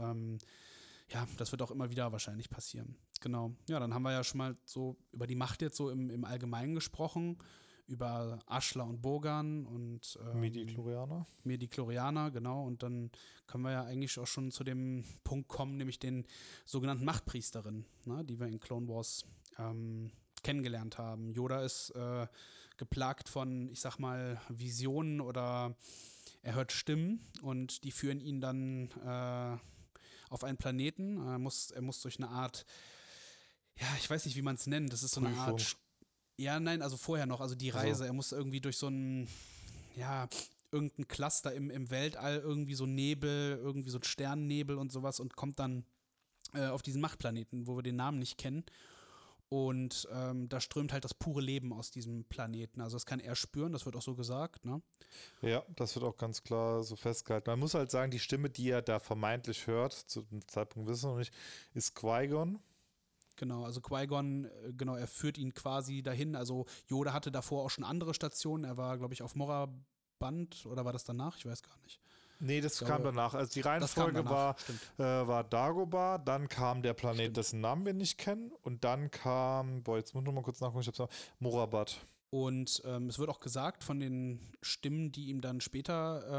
ja, das wird auch immer wieder wahrscheinlich passieren. Genau. Ja, dann haben wir ja schon mal so über die Macht jetzt so im Allgemeinen gesprochen, über Ashla und Bogan und Midi-Chlorianer, genau. Und dann können wir ja eigentlich auch schon zu dem Punkt kommen, nämlich den sogenannten Machtpriesterinnen, ne, die wir in Clone Wars kennengelernt haben. Yoda ist geplagt von, ich sag mal, Visionen oder er hört Stimmen und die führen ihn dann auf einen Planeten. Er muss durch eine Art, ja, ich weiß nicht, wie man es nennt, das ist so eine Art, ja, nein, also vorher noch, also die Reise, er muss irgendwie durch so ein, ja, irgendein Cluster im Weltall, irgendwie so Nebel, irgendwie so ein Sternennebel und sowas und kommt dann auf diesen Machtplaneten, wo wir den Namen nicht kennen. Und da strömt halt das pure Leben aus diesem Planeten. Also das kann er spüren, das wird auch so gesagt, ne? Ja, das wird auch ganz klar so festgehalten. Man muss halt sagen, die Stimme, die er da vermeintlich hört, zu dem Zeitpunkt wissen wir noch nicht, ist Qui-Gon. Genau, also Qui-Gon, genau, er führt ihn quasi dahin. Also Yoda hatte davor auch schon andere Stationen. Er war, glaube ich, auf Moraband oder war das danach? Ich weiß gar nicht. Nee, das kam danach. Also die Reihenfolge war Dagobah, dann kam der Planet, dessen Namen wir nicht kennen, und dann kam, jetzt muss ich noch mal kurz nachgucken, ich hab's noch, Morabad. Und es wird auch gesagt von den Stimmen, die ihm dann später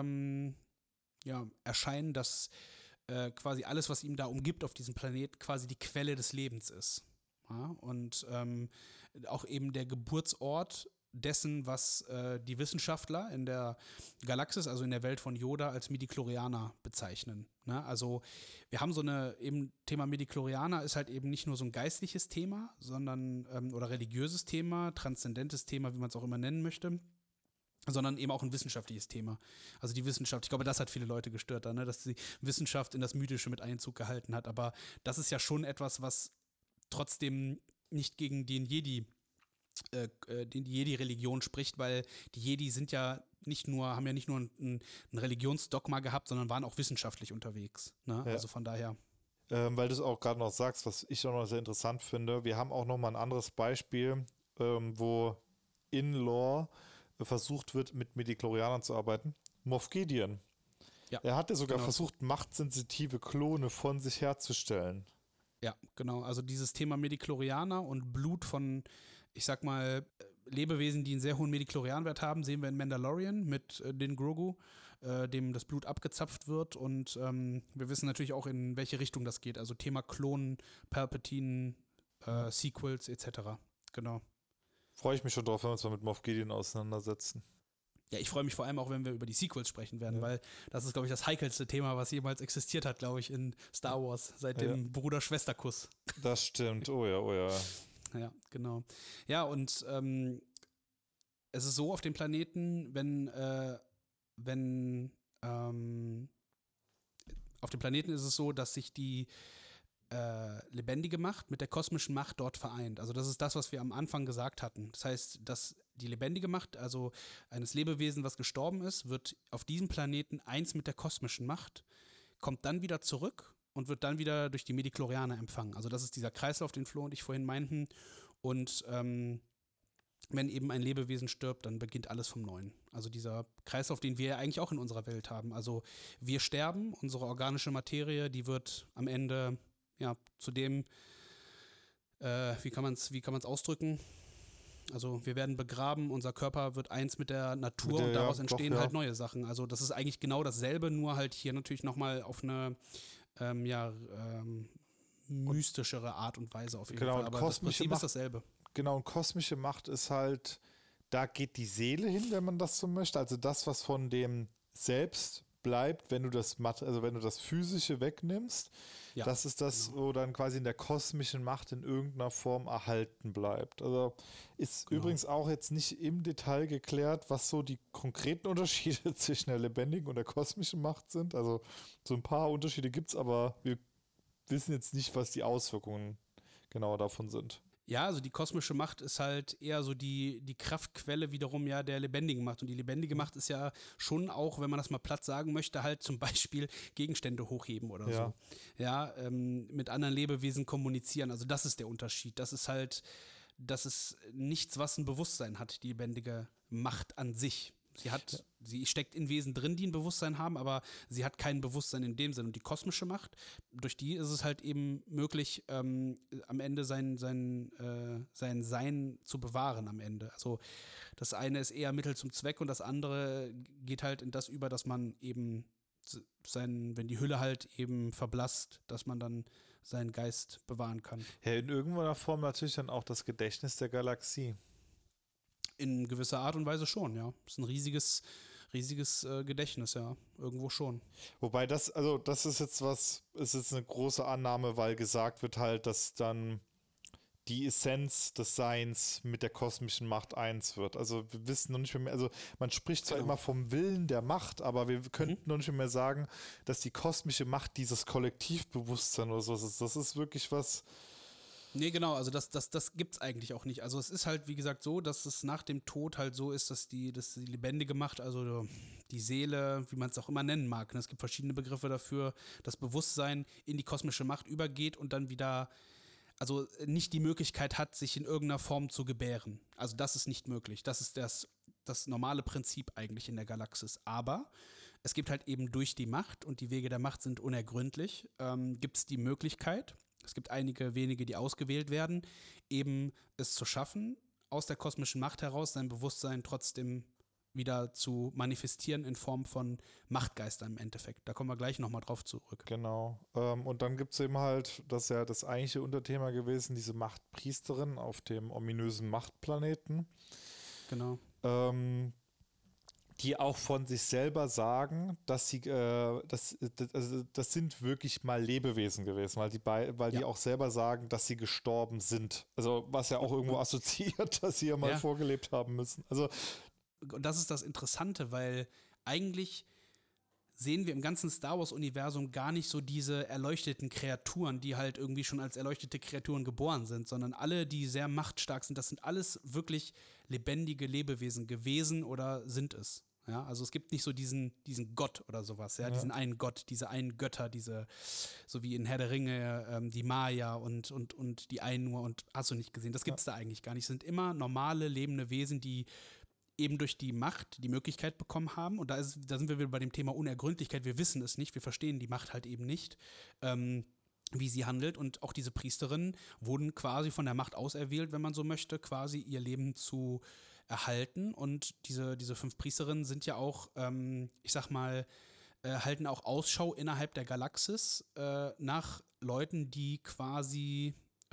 erscheinen, dass quasi alles, was ihm da umgibt auf diesem Planet, quasi die Quelle des Lebens ist. Ja? Und auch eben der Geburtsort dessen, was die Wissenschaftler in der Galaxis, also in der Welt von Yoda, als Midi-Chlorianer bezeichnen. Ne? Also wir haben so eben Thema Midi-Chlorianer ist halt eben nicht nur so ein geistliches Thema, sondern oder religiöses Thema, transzendentes Thema, wie man es auch immer nennen möchte, sondern eben auch ein wissenschaftliches Thema. Also die Wissenschaft, ich glaube, das hat viele Leute gestört, ne? Dass die Wissenschaft in das Mythische mit Einzug gehalten hat. Aber das ist ja schon etwas, was trotzdem nicht gegen die Jedi-Religion spricht, weil die Jedi haben ja nicht nur ein Religionsdogma gehabt, sondern waren auch wissenschaftlich unterwegs. Ne? Ja. Also von daher. Weil du es auch gerade noch sagst, was ich auch noch sehr interessant finde, wir haben auch noch mal ein anderes Beispiel, wo in Lore versucht wird, mit Midichlorianern zu arbeiten. Moff Gideon. Ja, Er hatte sogar genau. versucht, machtsensitive Klone von sich herzustellen. Ja, genau. Also dieses Thema Midichlorianer und Blut von, ich sag mal, Lebewesen, die einen sehr hohen Midichlorianwert haben, sehen wir in Mandalorian mit den Grogu, dem das Blut abgezapft wird. Und wir wissen natürlich auch, in welche Richtung das geht. Also Thema Klonen, Palpatine, Sequels etc. Genau. Freue ich mich schon drauf, wenn wir uns mal mit Moff Gideon auseinandersetzen. Ja, ich freue mich vor allem auch, wenn wir über die Sequels sprechen werden, weil das ist, glaube ich, das heikelste Thema, was jemals existiert hat, glaube ich, in Star Wars, seit dem Bruder-Schwester-Kuss. Das stimmt, oh ja. Ja, genau. Ja, und es ist so auf dem Planeten, auf dem Planeten ist es so, dass sich die lebendige Macht mit der kosmischen Macht dort vereint. Also das ist das, was wir am Anfang gesagt hatten. Das heißt, dass die lebendige Macht, also eines Lebewesens, was gestorben ist, wird auf diesem Planeten eins mit der kosmischen Macht, kommt dann wieder zurück und wird dann wieder durch die Midichlorianer empfangen. Also das ist dieser Kreislauf, den Flo und ich vorhin meinten. Und wenn eben ein Lebewesen stirbt, dann beginnt alles vom Neuen. Also dieser Kreislauf, den wir ja eigentlich auch in unserer Welt haben. Also wir sterben, unsere organische Materie, die wird am Ende zu dem, wie kann man es ausdrücken? Also wir werden begraben, unser Körper wird eins mit der Natur und daraus entstehen halt neue Sachen. Also das ist eigentlich genau dasselbe, nur halt hier natürlich nochmal auf eine mystischere Art und Weise auf jeden Fall. Aber das Prinzip ist dasselbe. Genau, und kosmische Macht ist halt, da geht die Seele hin, wenn man das so möchte. Also das, was von dem Selbst bleibt, wenn du das Physische wegnimmst. Ja, das ist das, wo dann quasi in der kosmischen Macht in irgendeiner Form erhalten bleibt. Also ist übrigens auch jetzt nicht im Detail geklärt, was so die konkreten Unterschiede zwischen der lebendigen und der kosmischen Macht sind. Also so ein paar Unterschiede gibt es, aber wir wissen jetzt nicht, was die Auswirkungen genau davon sind. Ja, also die kosmische Macht ist halt eher so die Kraftquelle wiederum ja der lebendigen Macht. Und die lebendige Macht ist ja schon auch, wenn man das mal platt sagen möchte, halt zum Beispiel Gegenstände hochheben oder so. Ja, mit anderen Lebewesen kommunizieren. Also das ist der Unterschied. Das ist nichts, was ein Bewusstsein hat, die lebendige Macht an sich. Sie steckt in Wesen drin, die ein Bewusstsein haben, aber sie hat kein Bewusstsein in dem Sinn. Und die kosmische Macht, durch die ist es halt eben möglich, am Ende sein Sein zu bewahren am Ende. Also das eine ist eher Mittel zum Zweck und das andere geht halt in das über, dass man eben wenn die Hülle halt eben verblasst, dass man dann seinen Geist bewahren kann. Ja, in irgendeiner Form natürlich dann auch das Gedächtnis der Galaxie. In gewisser Art und Weise schon, ja. Das ist ein riesiges Gedächtnis, ja. Irgendwo schon. Wobei das ist jetzt eine große Annahme, weil gesagt wird halt, dass dann die Essenz des Seins mit der kosmischen Macht eins wird. Also wir wissen noch nicht mehr, also man spricht zwar immer vom Willen der Macht, aber wir könnten noch nicht mehr sagen, dass die kosmische Macht dieses Kollektivbewusstsein oder sowas ist. Das ist wirklich was. Nee, genau, also das gibt's eigentlich auch nicht. Also es ist halt, wie gesagt, so, dass es nach dem Tod halt so ist, dass die lebendige Macht, also die Seele, wie man es auch immer nennen mag, ne? Es gibt verschiedene Begriffe dafür, das Bewusstsein in die kosmische Macht übergeht und dann wieder, also nicht die Möglichkeit hat, sich in irgendeiner Form zu gebären. Also das ist nicht möglich. Das ist das normale Prinzip eigentlich in der Galaxis. Aber es gibt halt eben durch die Macht, und die Wege der Macht sind unergründlich, gibt es die Möglichkeit, es gibt einige wenige, die ausgewählt werden, eben es zu schaffen, aus der kosmischen Macht heraus sein Bewusstsein trotzdem wieder zu manifestieren in Form von Machtgeistern im Endeffekt. Da kommen wir gleich nochmal drauf zurück. Genau. Und dann gibt es eben halt, das ist ja das eigentliche Unterthema gewesen, diese Machtpriesterin auf dem ominösen Machtplaneten. Genau. Die auch von sich selber sagen, dass sie, das sind wirklich mal Lebewesen gewesen, weil die auch selber sagen, dass sie gestorben sind. Also was ja auch irgendwo assoziiert, dass sie ja mal vorgelebt haben müssen. Also das ist das Interessante, weil eigentlich sehen wir im ganzen Star Wars-Universum gar nicht so diese erleuchteten Kreaturen, die halt irgendwie schon als erleuchtete Kreaturen geboren sind, sondern alle, die sehr machtstark sind, das sind alles wirklich lebendige Lebewesen gewesen oder sind es. Ja, also es gibt nicht so diesen Gott oder sowas, ja, diesen einen Gott, diese einen Götter, so wie in Herr der Ringe, die Maya und die Ainur und hast du nicht gesehen, das gibt es da eigentlich gar nicht. Es sind immer normale, lebende Wesen, die eben durch die Macht die Möglichkeit bekommen haben. Und da sind wir wieder bei dem Thema Unergründlichkeit. Wir wissen es nicht, wir verstehen die Macht halt eben nicht, wie sie handelt. Und auch diese Priesterinnen wurden quasi von der Macht auserwählt, wenn man so möchte, quasi ihr Leben zu erhalten. Und diese 5 Priesterinnen sind ja auch, ich sag mal, halten auch Ausschau innerhalb der Galaxis nach Leuten, die quasi,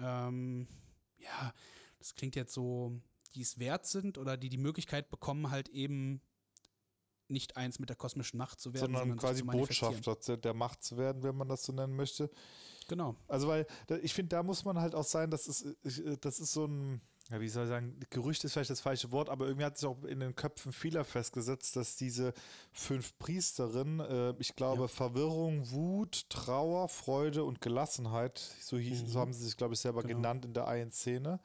das klingt jetzt so, die es wert sind oder die Möglichkeit bekommen, halt eben nicht eins mit der kosmischen Macht zu werden, sondern quasi Botschafter der Macht zu werden, wenn man das so nennen möchte. Genau. Also weil, ich finde, da muss man halt auch sein, das ist so ein, ja, wie soll ich sagen, Gerücht ist vielleicht das falsche Wort, aber irgendwie hat sich auch in den Köpfen vieler festgesetzt, dass diese 5 Priesterinnen, ich glaube, Verwirrung, Wut, Trauer, Freude und Gelassenheit, so haben sie sich, glaube ich, selber genannt in der einen Szene,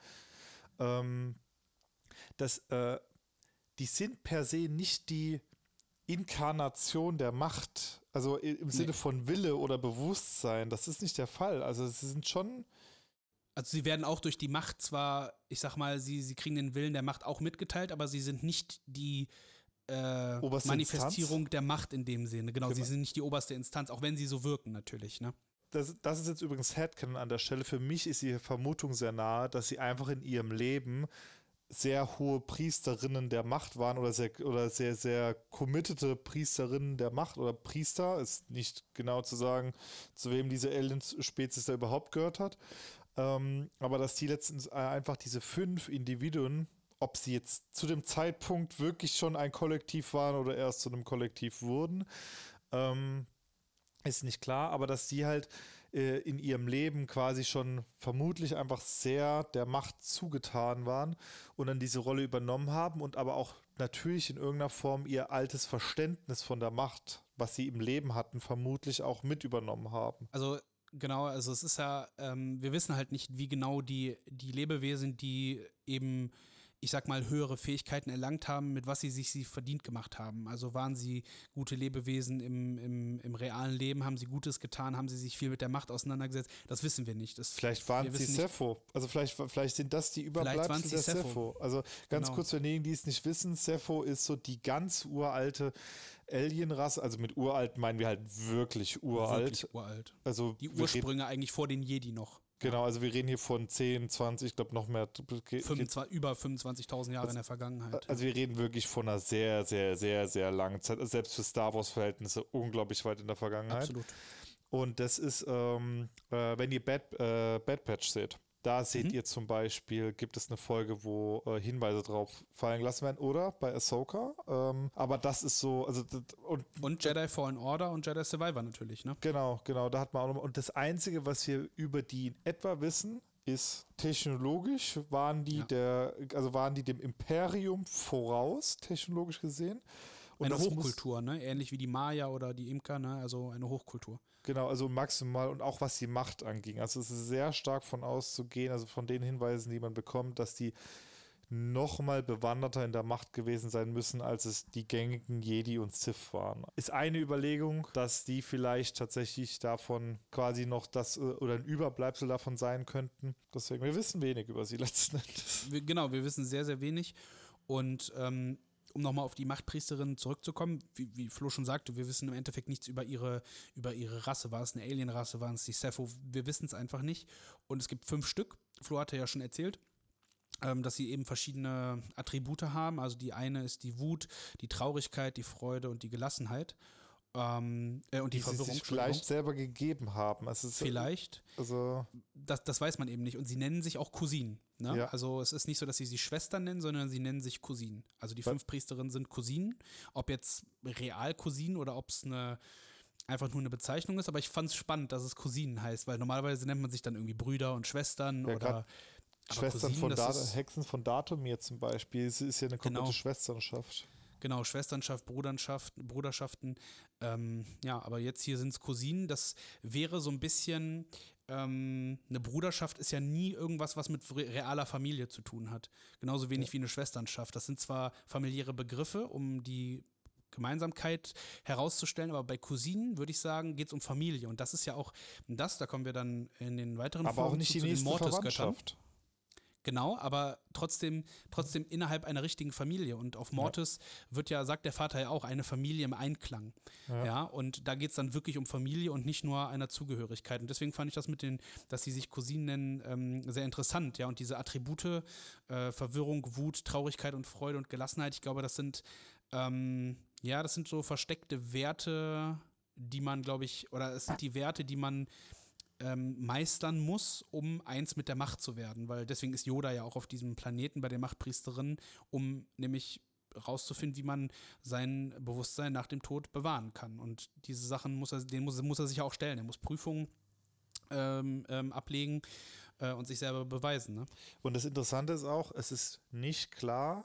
die sind per se nicht die Inkarnation der Macht, also im Sinne von Wille oder Bewusstsein, das ist nicht der Fall. Also sie sind schon... Also sie werden auch durch die Macht zwar, ich sag mal, sie kriegen den Willen der Macht auch mitgeteilt, aber sie sind nicht die Manifestierung Instanz der Macht in dem Sinne. Genau, sie sind nicht die oberste Instanz, auch wenn sie so wirken natürlich, ne? Das ist jetzt übrigens Headcanon an der Stelle. Für mich ist die Vermutung sehr nahe, dass sie einfach in ihrem Leben sehr hohe Priesterinnen der Macht waren oder sehr, sehr committete Priesterinnen der Macht oder Priester, ist nicht genau zu sagen, zu wem diese Alien-Spezies da überhaupt gehört hat. Aber dass die letztens einfach diese 5 Individuen, ob sie jetzt zu dem Zeitpunkt wirklich schon ein Kollektiv waren oder erst zu einem Kollektiv wurden, ist nicht klar, aber dass die halt in ihrem Leben quasi schon vermutlich einfach sehr der Macht zugetan waren und dann diese Rolle übernommen haben und aber auch natürlich in irgendeiner Form ihr altes Verständnis von der Macht, was sie im Leben hatten, vermutlich auch mit übernommen haben. Also genau, also es ist ja, wir wissen halt nicht, wie genau die Lebewesen, die eben, ich sag mal, höhere Fähigkeiten erlangt haben, mit was sie verdient gemacht haben. Also waren sie gute Lebewesen im realen Leben, haben sie Gutes getan, haben sie sich viel mit der Macht auseinandergesetzt? Das wissen wir nicht. Vielleicht waren sie Sepho. Also vielleicht sind das die Überbleibsel der Sepho. Also ganz kurz für diejenigen, die es nicht wissen, Sepho ist so die ganz uralte Alienrasse, also mit uralt meinen wir halt wirklich uralt. Wirklich uralt. Also die Ursprünge eigentlich vor den Jedi noch. Genau, also wir reden hier von 10, 20, ich glaube noch mehr. Über 25.000 Jahre in der Vergangenheit. Also wir reden wirklich von einer sehr, sehr, sehr, sehr langen Zeit. Also selbst für Star Wars-Verhältnisse unglaublich weit in der Vergangenheit. Absolut. Und das ist, wenn ihr Bad Batch seht, da seht ihr zum Beispiel, gibt es eine Folge, wo Hinweise drauf fallen gelassen werden, oder? Bei Ahsoka. Aber das ist so, also und Jedi Fallen Order und Jedi Survivor natürlich, ne? Genau, da hat man auch nochmal. Und das Einzige, was wir über die in etwa wissen, ist technologisch waren die dem Imperium voraus, technologisch gesehen. Und eine Hochkultur, ne? Ähnlich wie die Maya oder die Imker, ne? Also eine Hochkultur. Genau, also maximal und auch was die Macht anging. Also es ist sehr stark von auszugehen, also von den Hinweisen, die man bekommt, dass die nochmal bewanderter in der Macht gewesen sein müssen, als es die gängigen Jedi und Sith waren. Ist eine Überlegung, dass die vielleicht tatsächlich davon quasi noch das oder ein Überbleibsel davon sein könnten. Deswegen, wir wissen wenig über sie letzten Endes. Genau, wir wissen sehr, sehr wenig. Und um nochmal auf die Machtpriesterin zurückzukommen, wie Flo schon sagte, wir wissen im Endeffekt nichts über ihre Rasse. War es eine Alien-Rasse, waren es die Sepho? Wir wissen es einfach nicht. Und es gibt 5 Stück. Flo hatte ja schon erzählt, dass sie eben verschiedene Attribute haben. Also die eine ist die Wut, die Traurigkeit, die Freude und die Gelassenheit. Und die Verwirrung. Sie sich vielleicht selber gegeben haben. Vielleicht. Also das weiß man eben nicht. Und sie nennen sich auch Cousinen. Ne? Ja. Also es ist nicht so, dass sie sich Schwestern nennen, sondern sie nennen sich Cousinen. Also die 5 Priesterinnen sind Cousinen. Ob jetzt real Cousinen oder ob es einfach nur eine Bezeichnung ist. Aber ich fand es spannend, dass es Cousinen heißt, weil normalerweise nennt man sich dann irgendwie Brüder und Schwestern oder Schwestern Cousinen, Hexen von Datumir zum Beispiel. Es ist ja eine komplette Schwesternschaft. Genau, Schwesternschaft, Bruderschaften. Ja, aber jetzt hier sind es Cousinen. Das wäre so ein bisschen, eine Bruderschaft ist ja nie irgendwas, was mit realer Familie zu tun hat. Genauso wenig wie eine Schwesternschaft. Das sind zwar familiäre Begriffe, um die Gemeinsamkeit herauszustellen, aber bei Cousinen, würde ich sagen, geht es um Familie. Und das ist ja auch da kommen wir dann in den weiteren Aber auch Folgen nicht zu die den nächste Mortisgöttern. Verwandtschaft. Genau, aber trotzdem innerhalb einer richtigen Familie. Und auf Mortis sagt der Vater ja auch, eine Familie im Einklang. Ja, und da geht es dann wirklich um Familie und nicht nur einer Zugehörigkeit. Und deswegen fand ich das dass sie sich Cousinen nennen, sehr interessant. Ja, und diese Attribute, Verwirrung, Wut, Traurigkeit und Freude und Gelassenheit, ich glaube, das sind so versteckte Werte, die man, glaube ich, oder es sind die Werte, die man meistern muss, um eins mit der Macht zu werden, weil deswegen ist Yoda ja auch auf diesem Planeten bei den Machtpriesterinnen, um nämlich rauszufinden, wie man sein Bewusstsein nach dem Tod bewahren kann. Und diese Sachen muss er sich ja auch stellen. Er muss Prüfungen ablegen und sich selber beweisen. Ne? Und das Interessante ist auch, es ist nicht klar,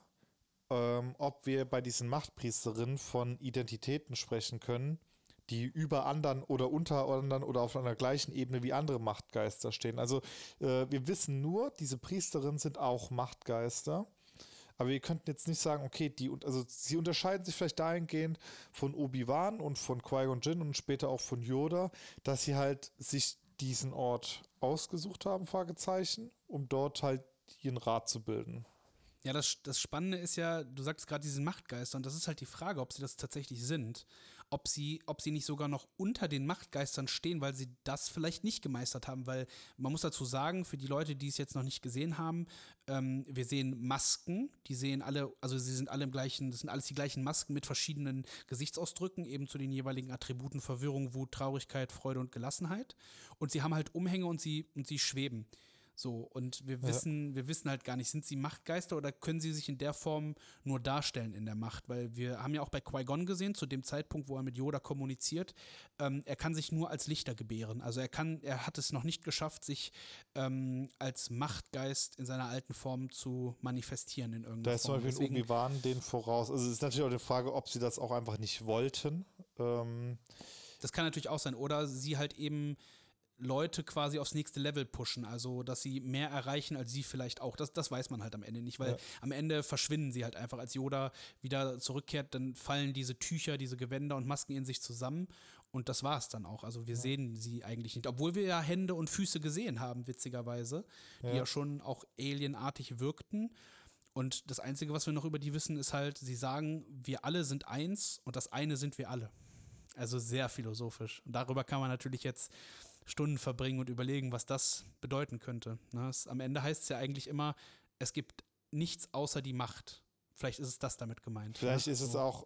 ob wir bei diesen Machtpriesterinnen von Identitäten sprechen können, die über anderen oder unter anderen oder auf einer gleichen Ebene wie andere Machtgeister stehen. Also wir wissen nur, diese Priesterinnen sind auch Machtgeister, aber wir könnten jetzt nicht sagen, okay, sie unterscheiden sich vielleicht dahingehend von Obi-Wan und von Qui-Gon Jinn und später auch von Yoda, dass sie halt sich diesen Ort ausgesucht haben, Fragezeichen, um dort halt ihren Rat zu bilden. Ja, das Spannende ist ja, du sagst gerade diesen Machtgeister und das ist halt die Frage, ob sie das tatsächlich sind. Ob sie nicht sogar noch unter den Machtgeistern stehen, weil sie das vielleicht nicht gemeistert haben, weil man muss dazu sagen, für die Leute, die es jetzt noch nicht gesehen haben, wir sehen Masken, die sehen alle, also sie sind alle das sind alles die gleichen Masken mit verschiedenen Gesichtsausdrücken, eben zu den jeweiligen Attributen Verwirrung, Wut, Traurigkeit, Freude und Gelassenheit. Und sie haben halt Umhänge und sie schweben. So, und wir wissen halt gar nicht, sind sie Machtgeister oder können sie sich in der Form nur darstellen in der Macht? Weil wir haben ja auch bei Qui-Gon gesehen, zu dem Zeitpunkt, wo er mit Yoda kommuniziert, er kann sich nur als Lichter gebären. Also er hat es noch nicht geschafft, sich als Machtgeist in seiner alten Form zu manifestieren in irgendeiner Form. Da ist zum Beispiel in Obi-Wan den voraus. Also es ist natürlich auch die Frage, ob sie das auch einfach nicht wollten. Das kann natürlich auch sein. Oder sie halt eben Leute quasi aufs nächste Level pushen, also dass sie mehr erreichen als sie vielleicht auch. Das weiß man halt am Ende nicht, weil am Ende verschwinden sie halt einfach. Als Yoda wieder zurückkehrt, dann fallen diese Tücher, diese Gewänder und Masken in sich zusammen und das war es dann auch. Also wir sehen sie eigentlich nicht, obwohl wir ja Hände und Füße gesehen haben, witzigerweise, die ja schon auch alienartig wirkten. Und das Einzige, was wir noch über die wissen, ist halt, sie sagen, wir alle sind eins und das eine sind wir alle. Also sehr philosophisch. Und darüber kann man natürlich jetzt Stunden verbringen und überlegen, was das bedeuten könnte. Am Ende heißt es ja eigentlich immer, es gibt nichts außer die Macht. Vielleicht ist es das damit gemeint. Vielleicht ist es auch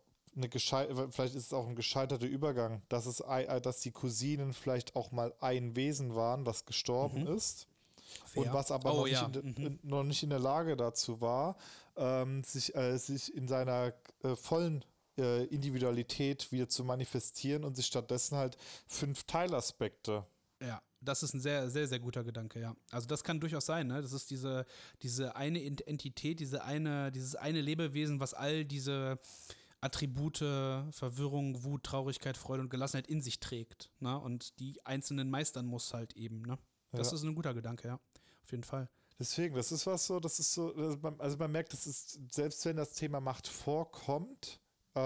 ein gescheiterter Übergang, dass die Cousinen vielleicht auch mal ein Wesen waren, was gestorben ist. Fair. Und was aber noch nicht in der Lage dazu war, sich in seiner vollen Individualität wieder zu manifestieren und sich stattdessen halt 5 Teilaspekte. Ja, das ist ein sehr, sehr, sehr guter Gedanke, ja. Also das kann durchaus sein, ne? Das ist diese eine Entität, dieses eine Lebewesen, was all diese Attribute, Verwirrung, Wut, Traurigkeit, Freude und Gelassenheit in sich trägt, ne? Und die einzelnen meistern muss halt eben, ne? Das ist ein guter Gedanke, ja. Auf jeden Fall. Deswegen, also man merkt, das ist, selbst wenn das Thema Macht vorkommt,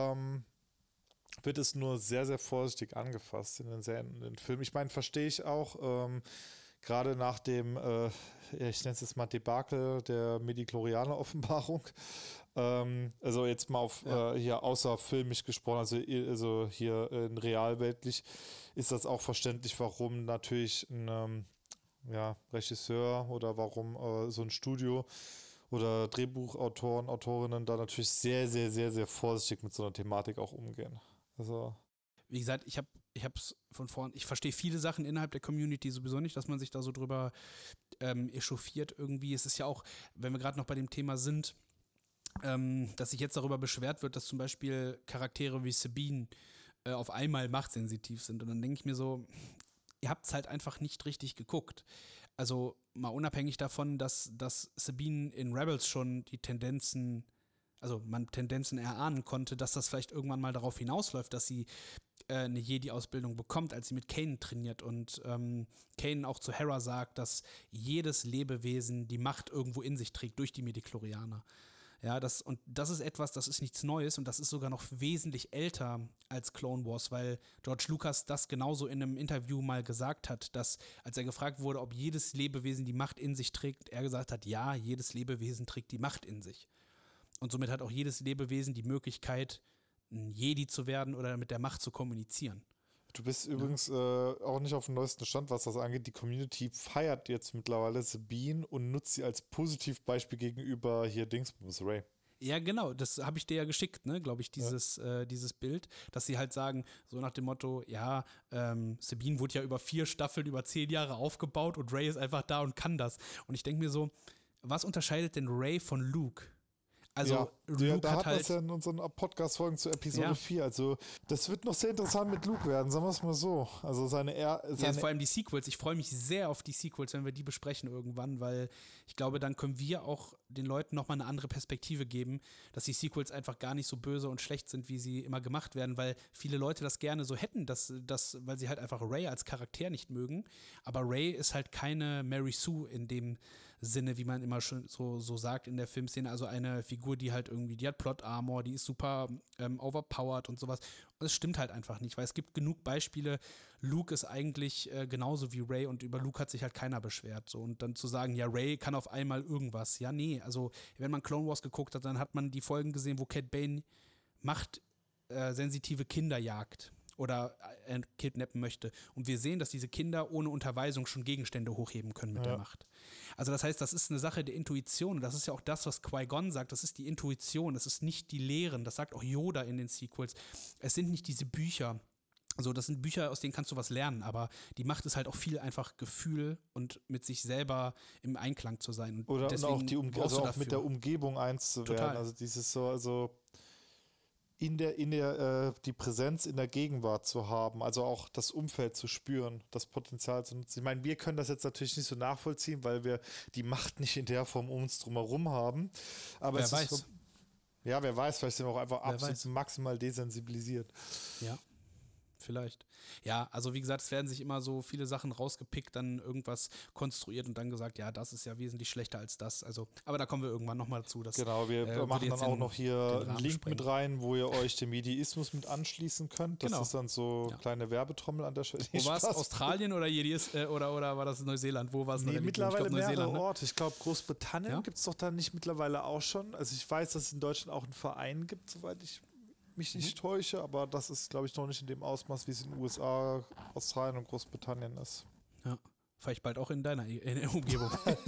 wird es nur sehr, sehr vorsichtig angefasst in den Filmen. Ich meine, verstehe ich auch, gerade nach dem, ich nenne es jetzt mal Debakel der Midi-Chlorianer-Offenbarung, also jetzt mal auf hier außerfilmisch gesprochen, also hier in realweltlich, ist das auch verständlich, warum natürlich ein Regisseur oder warum so ein Studio oder Drehbuchautoren, Autorinnen da natürlich sehr, sehr, sehr, sehr vorsichtig mit so einer Thematik auch umgehen. Also wie gesagt, ich hab's von vorn, ich verstehe viele Sachen innerhalb der Community sowieso nicht, dass man sich da so drüber echauffiert irgendwie. Es ist ja auch, wenn wir gerade noch bei dem Thema sind, dass sich jetzt darüber beschwert wird, dass zum Beispiel Charaktere wie Sabine auf einmal machtsensitiv sind. Und dann denke ich mir so, ihr habt es halt einfach nicht richtig geguckt. Also mal unabhängig davon, dass Sabine in Rebels schon die Tendenzen also man Tendenzen erahnen konnte, dass das vielleicht irgendwann mal darauf hinausläuft, dass sie eine Jedi-Ausbildung bekommt, als sie mit Kanan trainiert und Kanan auch zu Hera sagt, dass jedes Lebewesen die Macht irgendwo in sich trägt durch die Midichlorianer. Ja, das ist etwas, das ist nichts Neues und das ist sogar noch wesentlich älter als Clone Wars, weil George Lucas das genauso in einem Interview mal gesagt hat, dass, als er gefragt wurde, ob jedes Lebewesen die Macht in sich trägt, er gesagt hat, ja, jedes Lebewesen trägt die Macht in sich. Und somit hat auch jedes Lebewesen die Möglichkeit, ein Jedi zu werden oder mit der Macht zu kommunizieren. Du bist übrigens auch nicht auf dem neuesten Stand, was das angeht. Die Community feiert jetzt mittlerweile Sabine und nutzt sie als Positivbeispiel gegenüber hier Dingsbums Rey. Ja, genau, das habe ich dir ja geschickt, ne, glaube ich, dieses Bild, dass sie halt sagen, so nach dem Motto, ja, Sabine wurde ja über 4 Staffeln, über 10 Jahre aufgebaut und Rey ist einfach da und kann das. Und ich denke mir so, was unterscheidet denn Rey von Luke? Also Luke da hat hat das ja in unseren Podcast-Folgen zu Episode 4. Also das wird noch sehr interessant mit Luke werden, sagen wir es mal so. Also jetzt vor allem die Sequels. Ich freue mich sehr auf die Sequels, wenn wir die besprechen irgendwann, weil ich glaube, dann können wir auch den Leuten nochmal eine andere Perspektive geben, dass die Sequels einfach gar nicht so böse und schlecht sind, wie sie immer gemacht werden, weil viele Leute das gerne so hätten, weil sie halt einfach Rey als Charakter nicht mögen. Aber Rey ist halt keine Mary Sue in dem Sinne, wie man immer schon so sagt in der Filmszene, also eine Figur, die halt irgendwie, die hat Plot-Armor, die ist super overpowered und sowas. Und es stimmt halt einfach nicht, weil es gibt genug Beispiele, Luke ist eigentlich genauso wie Rey und über Luke hat sich halt keiner beschwert. So. Und dann zu sagen, ja, Rey kann auf einmal irgendwas. Ja, nee, also wenn man Clone Wars geguckt hat, dann hat man die Folgen gesehen, wo Cad Bane machtsensitive Kinder jagt oder kidnappen möchte. Und wir sehen, dass diese Kinder ohne Unterweisung schon Gegenstände hochheben können mit der Macht. Also das heißt, das ist eine Sache der Intuition. Und das ist ja auch das, was Qui-Gon sagt. Das ist die Intuition. Das ist nicht die Lehren. Das sagt auch Yoda in den Sequels. Es sind nicht diese Bücher. Also das sind Bücher, aus denen kannst du was lernen. Aber die Macht ist halt auch viel einfach Gefühl und mit sich selber im Einklang zu sein. Und auch auch mit der Umgebung eins zu werden. Also dieses so, also die Präsenz in der Gegenwart zu haben, also auch das Umfeld zu spüren, das Potenzial zu nutzen. Ich meine, wir können das jetzt natürlich nicht so nachvollziehen, weil wir die Macht nicht in der Form um uns drumherum haben. Aber wer weiß. Wer weiß, vielleicht sind wir auch einfach absolut maximal desensibilisiert. Ja. Vielleicht. Ja, also wie gesagt, es werden sich immer so viele Sachen rausgepickt, dann irgendwas konstruiert und dann gesagt, ja, das ist ja wesentlich schlechter als das. Also, aber da kommen wir irgendwann nochmal dazu. Genau, wir machen dann auch noch hier einen Link mit rein, wo ihr euch dem Jediismus mit anschließen könnt. Das ist dann so kleine Werbetrommel an der Stelle. Wo war es? Australien oder oder war das Neuseeland? Wo war es? Nee, mittlerweile mehrere Orte. Ich glaube, Großbritannien gibt es doch da nicht mittlerweile auch schon. Also ich weiß, dass es in Deutschland auch einen Verein gibt, soweit ich mich nicht täusche, aber das ist, glaube ich, noch nicht in dem Ausmaß, wie es in den USA, Australien und Großbritannien ist. Ja, vielleicht bald auch in deiner Umgebung.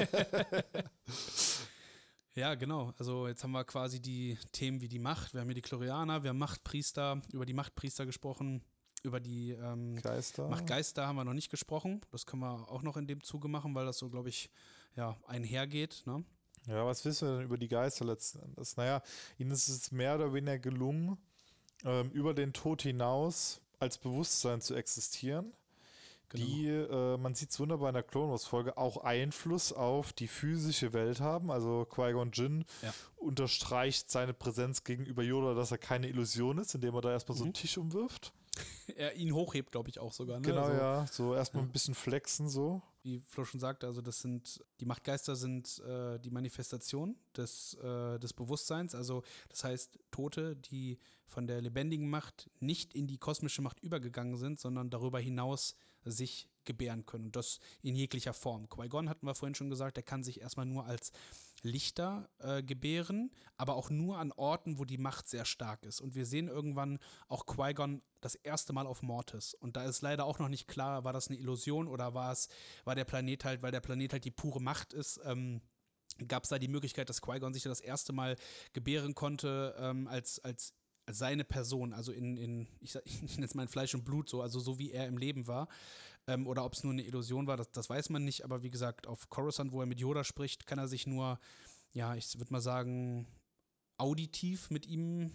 Ja, genau. Also jetzt haben wir quasi die Themen wie die Macht. Wir haben hier die Chlorianer, wir haben Machtpriester, über die Machtpriester gesprochen, über die Machtgeister haben wir noch nicht gesprochen. Das können wir auch noch in dem Zuge machen, weil das so, glaube ich, einhergeht, ne? Ja, was wissen wir denn über die Geister letzten Endes? Naja, ihnen ist es mehr oder weniger gelungen, über den Tod hinaus als Bewusstsein zu existieren, die, man sieht es wunderbar in der Clone Wars Folge, auch Einfluss auf die physische Welt haben. Also Qui-Gon Jinn unterstreicht seine Präsenz gegenüber Yoda, dass er keine Illusion ist, indem er da erstmal so einen Tisch umwirft. Er ihn hochhebt, glaube ich, auch sogar. Ne? Genau, also, so erstmal ein bisschen flexen so. Wie Flo schon sagte, also die Machtgeister sind die Manifestation des Bewusstseins, also das heißt Tote, die von der lebendigen Macht nicht in die kosmische Macht übergegangen sind, sondern darüber hinaus sich gebären können. Und das in jeglicher Form. Qui-Gon hatten wir vorhin schon gesagt, der kann sich erstmal nur als Lichter gebären, aber auch nur an Orten, wo die Macht sehr stark ist. Und wir sehen irgendwann auch Qui-Gon das erste Mal auf Mortis. Und da ist leider auch noch nicht klar, war das eine Illusion oder war der Planet halt, weil der Planet halt die pure Macht ist, gab es da die Möglichkeit, dass Qui-Gon sich das erste Mal gebären konnte als seine Person, also ich nenne es mal in Fleisch und Blut so wie er im Leben war. Oder ob es nur eine Illusion war, das weiß man nicht. Aber wie gesagt, auf Coruscant, wo er mit Yoda spricht, kann er sich nur, ich würde mal sagen, auditiv mit ihm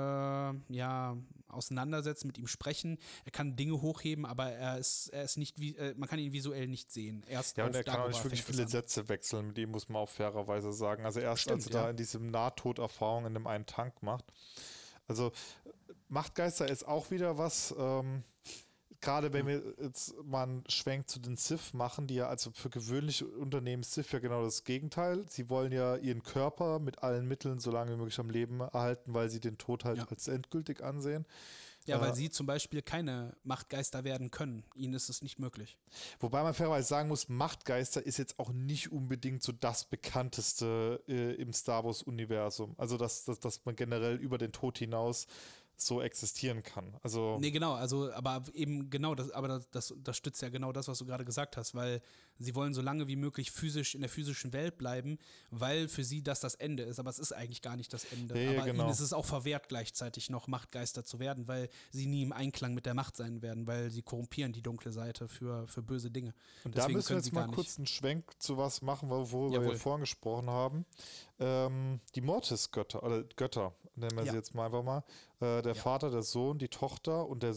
auseinandersetzen, mit ihm sprechen. Er kann Dinge hochheben, aber er ist nicht man kann ihn visuell nicht sehen. Und er kann auch nicht wirklich viele Sätze wechseln, mit ihm muss man auch fairerweise sagen. Also erst als er da in diesem Nahtoderfahrung in dem einen Tank macht. Also Machtgeister ist auch wieder was, gerade wenn wir jetzt mal einen Schwenk zu den Sith machen, die ja also für gewöhnliche Unternehmen Sith ja genau das Gegenteil. Sie wollen ja ihren Körper mit allen Mitteln so lange wie möglich am Leben erhalten, weil sie den Tod halt als endgültig ansehen. Ja, weil sie zum Beispiel keine Machtgeister werden können. Ihnen ist es nicht möglich. Wobei man fairerweise sagen muss, Machtgeister ist jetzt auch nicht unbedingt so das bekannteste im Star Wars-Universum. Also, dass man generell über den Tod hinaus so existieren kann. Also nee, genau, aber eben genau, das stützt ja genau das, was du gerade gesagt hast, weil sie wollen so lange wie möglich in der physischen Welt bleiben, weil für sie das Ende ist, aber es ist eigentlich gar nicht das Ende. Ja, aber genau. ihnen ist es auch verwehrt, gleichzeitig noch Machtgeister zu werden, weil sie nie im Einklang mit der Macht sein werden, weil sie korrumpieren die dunkle Seite für böse Dinge. Und deswegen da müssen wir jetzt mal kurz einen Schwenk zu was machen, worüber wir vorhin gesprochen haben. Die Mortis-Götter, oder Götter, nennen wir sie jetzt mal einfach mal. Der Vater, der Sohn, die Tochter und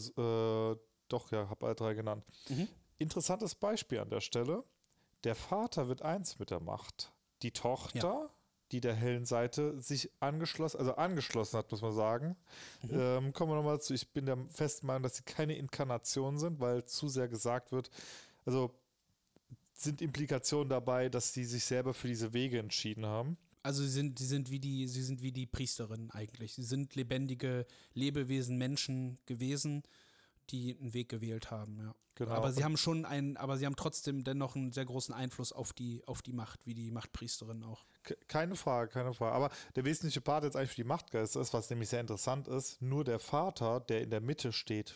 habe alle drei genannt. Interessantes Beispiel an der Stelle. Der Vater wird eins mit der Macht. Die Tochter, die der hellen Seite sich angeschlossen hat, muss man sagen. Kommen wir nochmal zu, ich bin der festen Meinung, dass sie keine Inkarnation sind, weil zu sehr gesagt wird, also sind Implikationen dabei, dass sie sich selber für diese Wege entschieden haben. Also sie sind wie die Priesterin eigentlich. Sie sind lebendige Lebewesen, Menschen gewesen, die einen Weg gewählt haben, ja. Genau. Aber sie haben trotzdem dennoch einen sehr großen Einfluss auf die Macht, wie die Machtpriesterin auch. Keine Frage. Aber der wesentliche Part jetzt eigentlich für die Machtgeister ist, was nämlich sehr interessant ist, nur der Vater, der in der Mitte steht,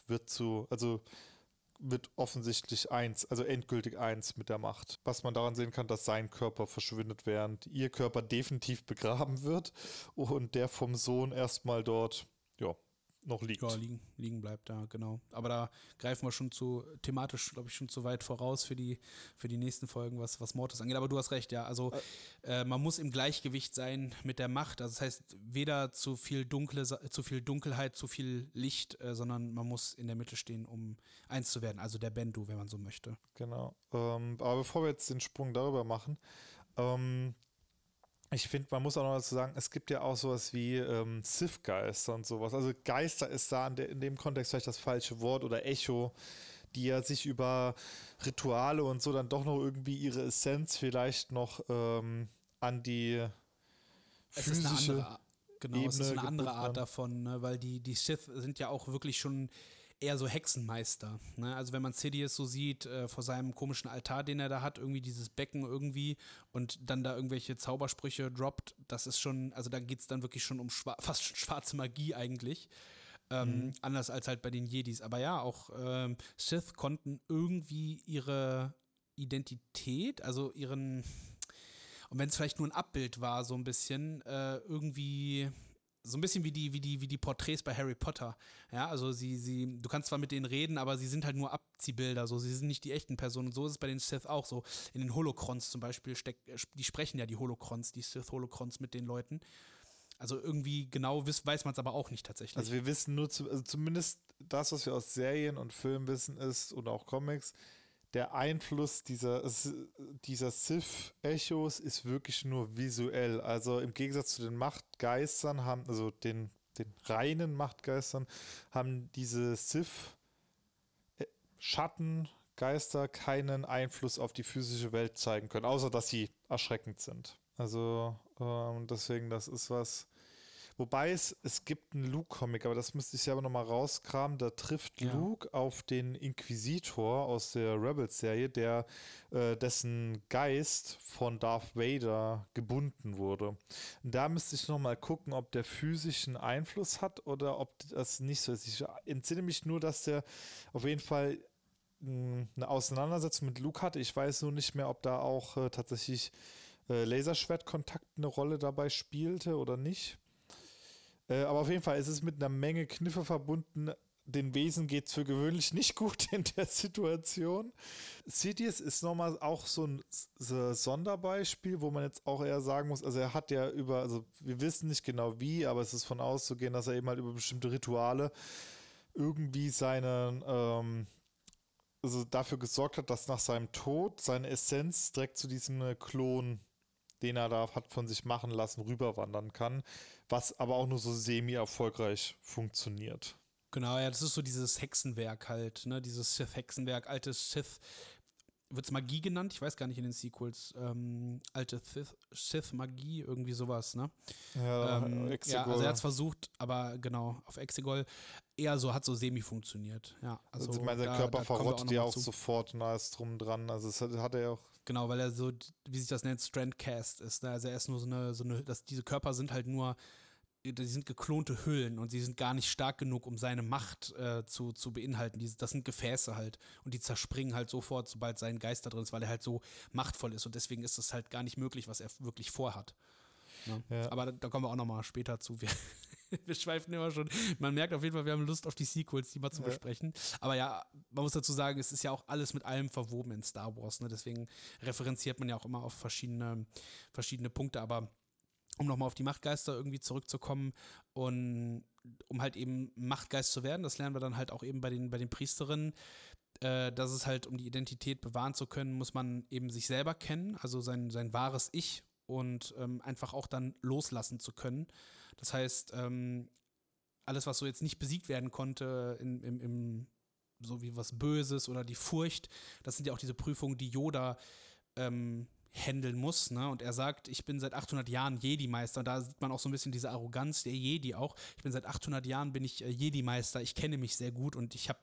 wird offensichtlich endgültig eins mit der Macht. Was man daran sehen kann, dass sein Körper verschwindet, während ihr Körper definitiv begraben wird und der vom Sohn erstmal dort, noch liegt. Ja, liegen bleibt da, genau. Aber da greifen wir thematisch, glaube ich, schon zu weit voraus für die nächsten Folgen, was Mortis angeht. Aber du hast recht, ja. Also man muss im Gleichgewicht sein mit der Macht. Also das heißt, weder zu viel Dunkelheit, zu viel Licht, sondern man muss in der Mitte stehen, um eins zu werden. Also der Bendu, wenn man so möchte. Genau. Aber bevor wir jetzt den Sprung darüber machen, ich finde, man muss auch noch dazu sagen, es gibt ja auch sowas wie Sith-Geister und sowas. Also Geister ist da in dem Kontext vielleicht das falsche Wort oder Echo, die ja sich über Rituale und so dann doch noch irgendwie ihre Essenz vielleicht noch an die physische Ebene es ist eine andere gebunden Art davon, ne? Weil die Sith sind ja auch wirklich schon eher so Hexenmeister. Ne? Also wenn man Sidious so sieht, vor seinem komischen Altar, den er da hat, irgendwie dieses Becken irgendwie und dann da irgendwelche Zaubersprüche droppt, das ist schon, also da geht es dann wirklich schon um fast schon schwarze Magie eigentlich. Anders als halt bei den Jedis. Aber ja, auch Sith konnten irgendwie ihre Identität, also ihren, und wenn es vielleicht nur ein Abbild war, so ein bisschen, irgendwie so ein bisschen wie die Porträts bei Harry Potter. Ja, also du kannst zwar mit denen reden, aber sie sind halt nur Abziehbilder, so, sie sind nicht die echten Personen. Und so ist es bei den Sith auch so. In den Holocrons zum Beispiel die sprechen ja die Sith-Holocrons mit den Leuten. Also irgendwie genau weiß man es aber auch nicht tatsächlich. Also wir wissen nur, zumindest das, was wir aus Serien und Filmen wissen ist, und auch Comics, der Einfluss dieser Sith-Echos ist wirklich nur visuell. Also im Gegensatz zu den Machtgeistern den reinen Machtgeistern, haben diese Sith-Schattengeister keinen Einfluss auf die physische Welt zeigen können, außer dass sie erschreckend sind. Also deswegen, das ist was. Wobei es gibt einen Luke-Comic, aber das müsste ich selber nochmal rauskramen. Da trifft Luke auf den Inquisitor aus der Rebels-Serie, dessen Geist von Darth Vader gebunden wurde. Und da müsste ich nochmal gucken, ob der physischen Einfluss hat oder ob das nicht so ist. Ich entsinne mich nur, dass der auf jeden Fall eine Auseinandersetzung mit Luke hatte. Ich weiß nur nicht mehr, ob da auch tatsächlich Laserschwertkontakt eine Rolle dabei spielte oder nicht. Aber auf jeden Fall ist es mit einer Menge Kniffe verbunden, den Wesen geht es für gewöhnlich nicht gut in der Situation. Sidious ist nochmal auch so ein Sonderbeispiel, wo man jetzt auch eher sagen muss, also er hat ja also wir wissen nicht genau wie, aber es ist von auszugehen, dass er eben halt über bestimmte Rituale irgendwie also dafür gesorgt hat, dass nach seinem Tod seine Essenz direkt zu diesem Klon, den er da hat von sich machen lassen, rüberwandern kann, was aber auch nur so semi-erfolgreich funktioniert. Genau, ja, das ist so dieses Hexenwerk halt, ne, dieses Sith-Hexenwerk, altes Sith, wird es Magie genannt? Ich weiß gar nicht in den Sequels. Alte Sith-Magie, irgendwie sowas, ne? Ja, ja, also er hat es versucht, aber genau, auf Exegol eher so, hat so semi funktioniert, ja. Also ich meine, sein Körper verrottet ja auch sofort und alles drum dran, also das hat er ja auch. Genau, weil er so, wie sich das nennt, Strandcast ist, ne? Also er ist nur diese Körper sind halt nur, die sind geklonte Hüllen und sie sind gar nicht stark genug, um seine Macht zu beinhalten. Das sind Gefäße halt und die zerspringen halt sofort, sobald sein Geist da drin ist, weil er halt so machtvoll ist und deswegen ist es halt gar nicht möglich, was er wirklich vorhat. Ne? Ja. Aber da kommen wir auch nochmal später zu. Wir schweifen immer schon. Man merkt auf jeden Fall, wir haben Lust auf die Sequels, die mal zu besprechen. Aber ja, man muss dazu sagen, es ist ja auch alles mit allem verwoben in Star Wars. Ne? Deswegen referenziert man ja auch immer auf verschiedene Punkte, aber um nochmal auf die Machtgeister irgendwie zurückzukommen und um halt eben Machtgeist zu werden, das lernen wir dann halt auch eben bei den Priesterinnen, dass es halt, um die Identität bewahren zu können, muss man eben sich selber kennen, also sein wahres Ich und einfach auch dann loslassen zu können. Das heißt, alles, was so jetzt nicht besiegt werden konnte im so wie was Böses oder die Furcht, das sind ja auch diese Prüfungen, die Yoda handeln muss, ne? Und er sagt, ich bin seit 800 Jahren Jedi-Meister. Und da sieht man auch so ein bisschen diese Arroganz der Jedi auch. Ich bin seit 800 Jahren bin ich Jedi-Meister. Ich kenne mich sehr gut und ich habe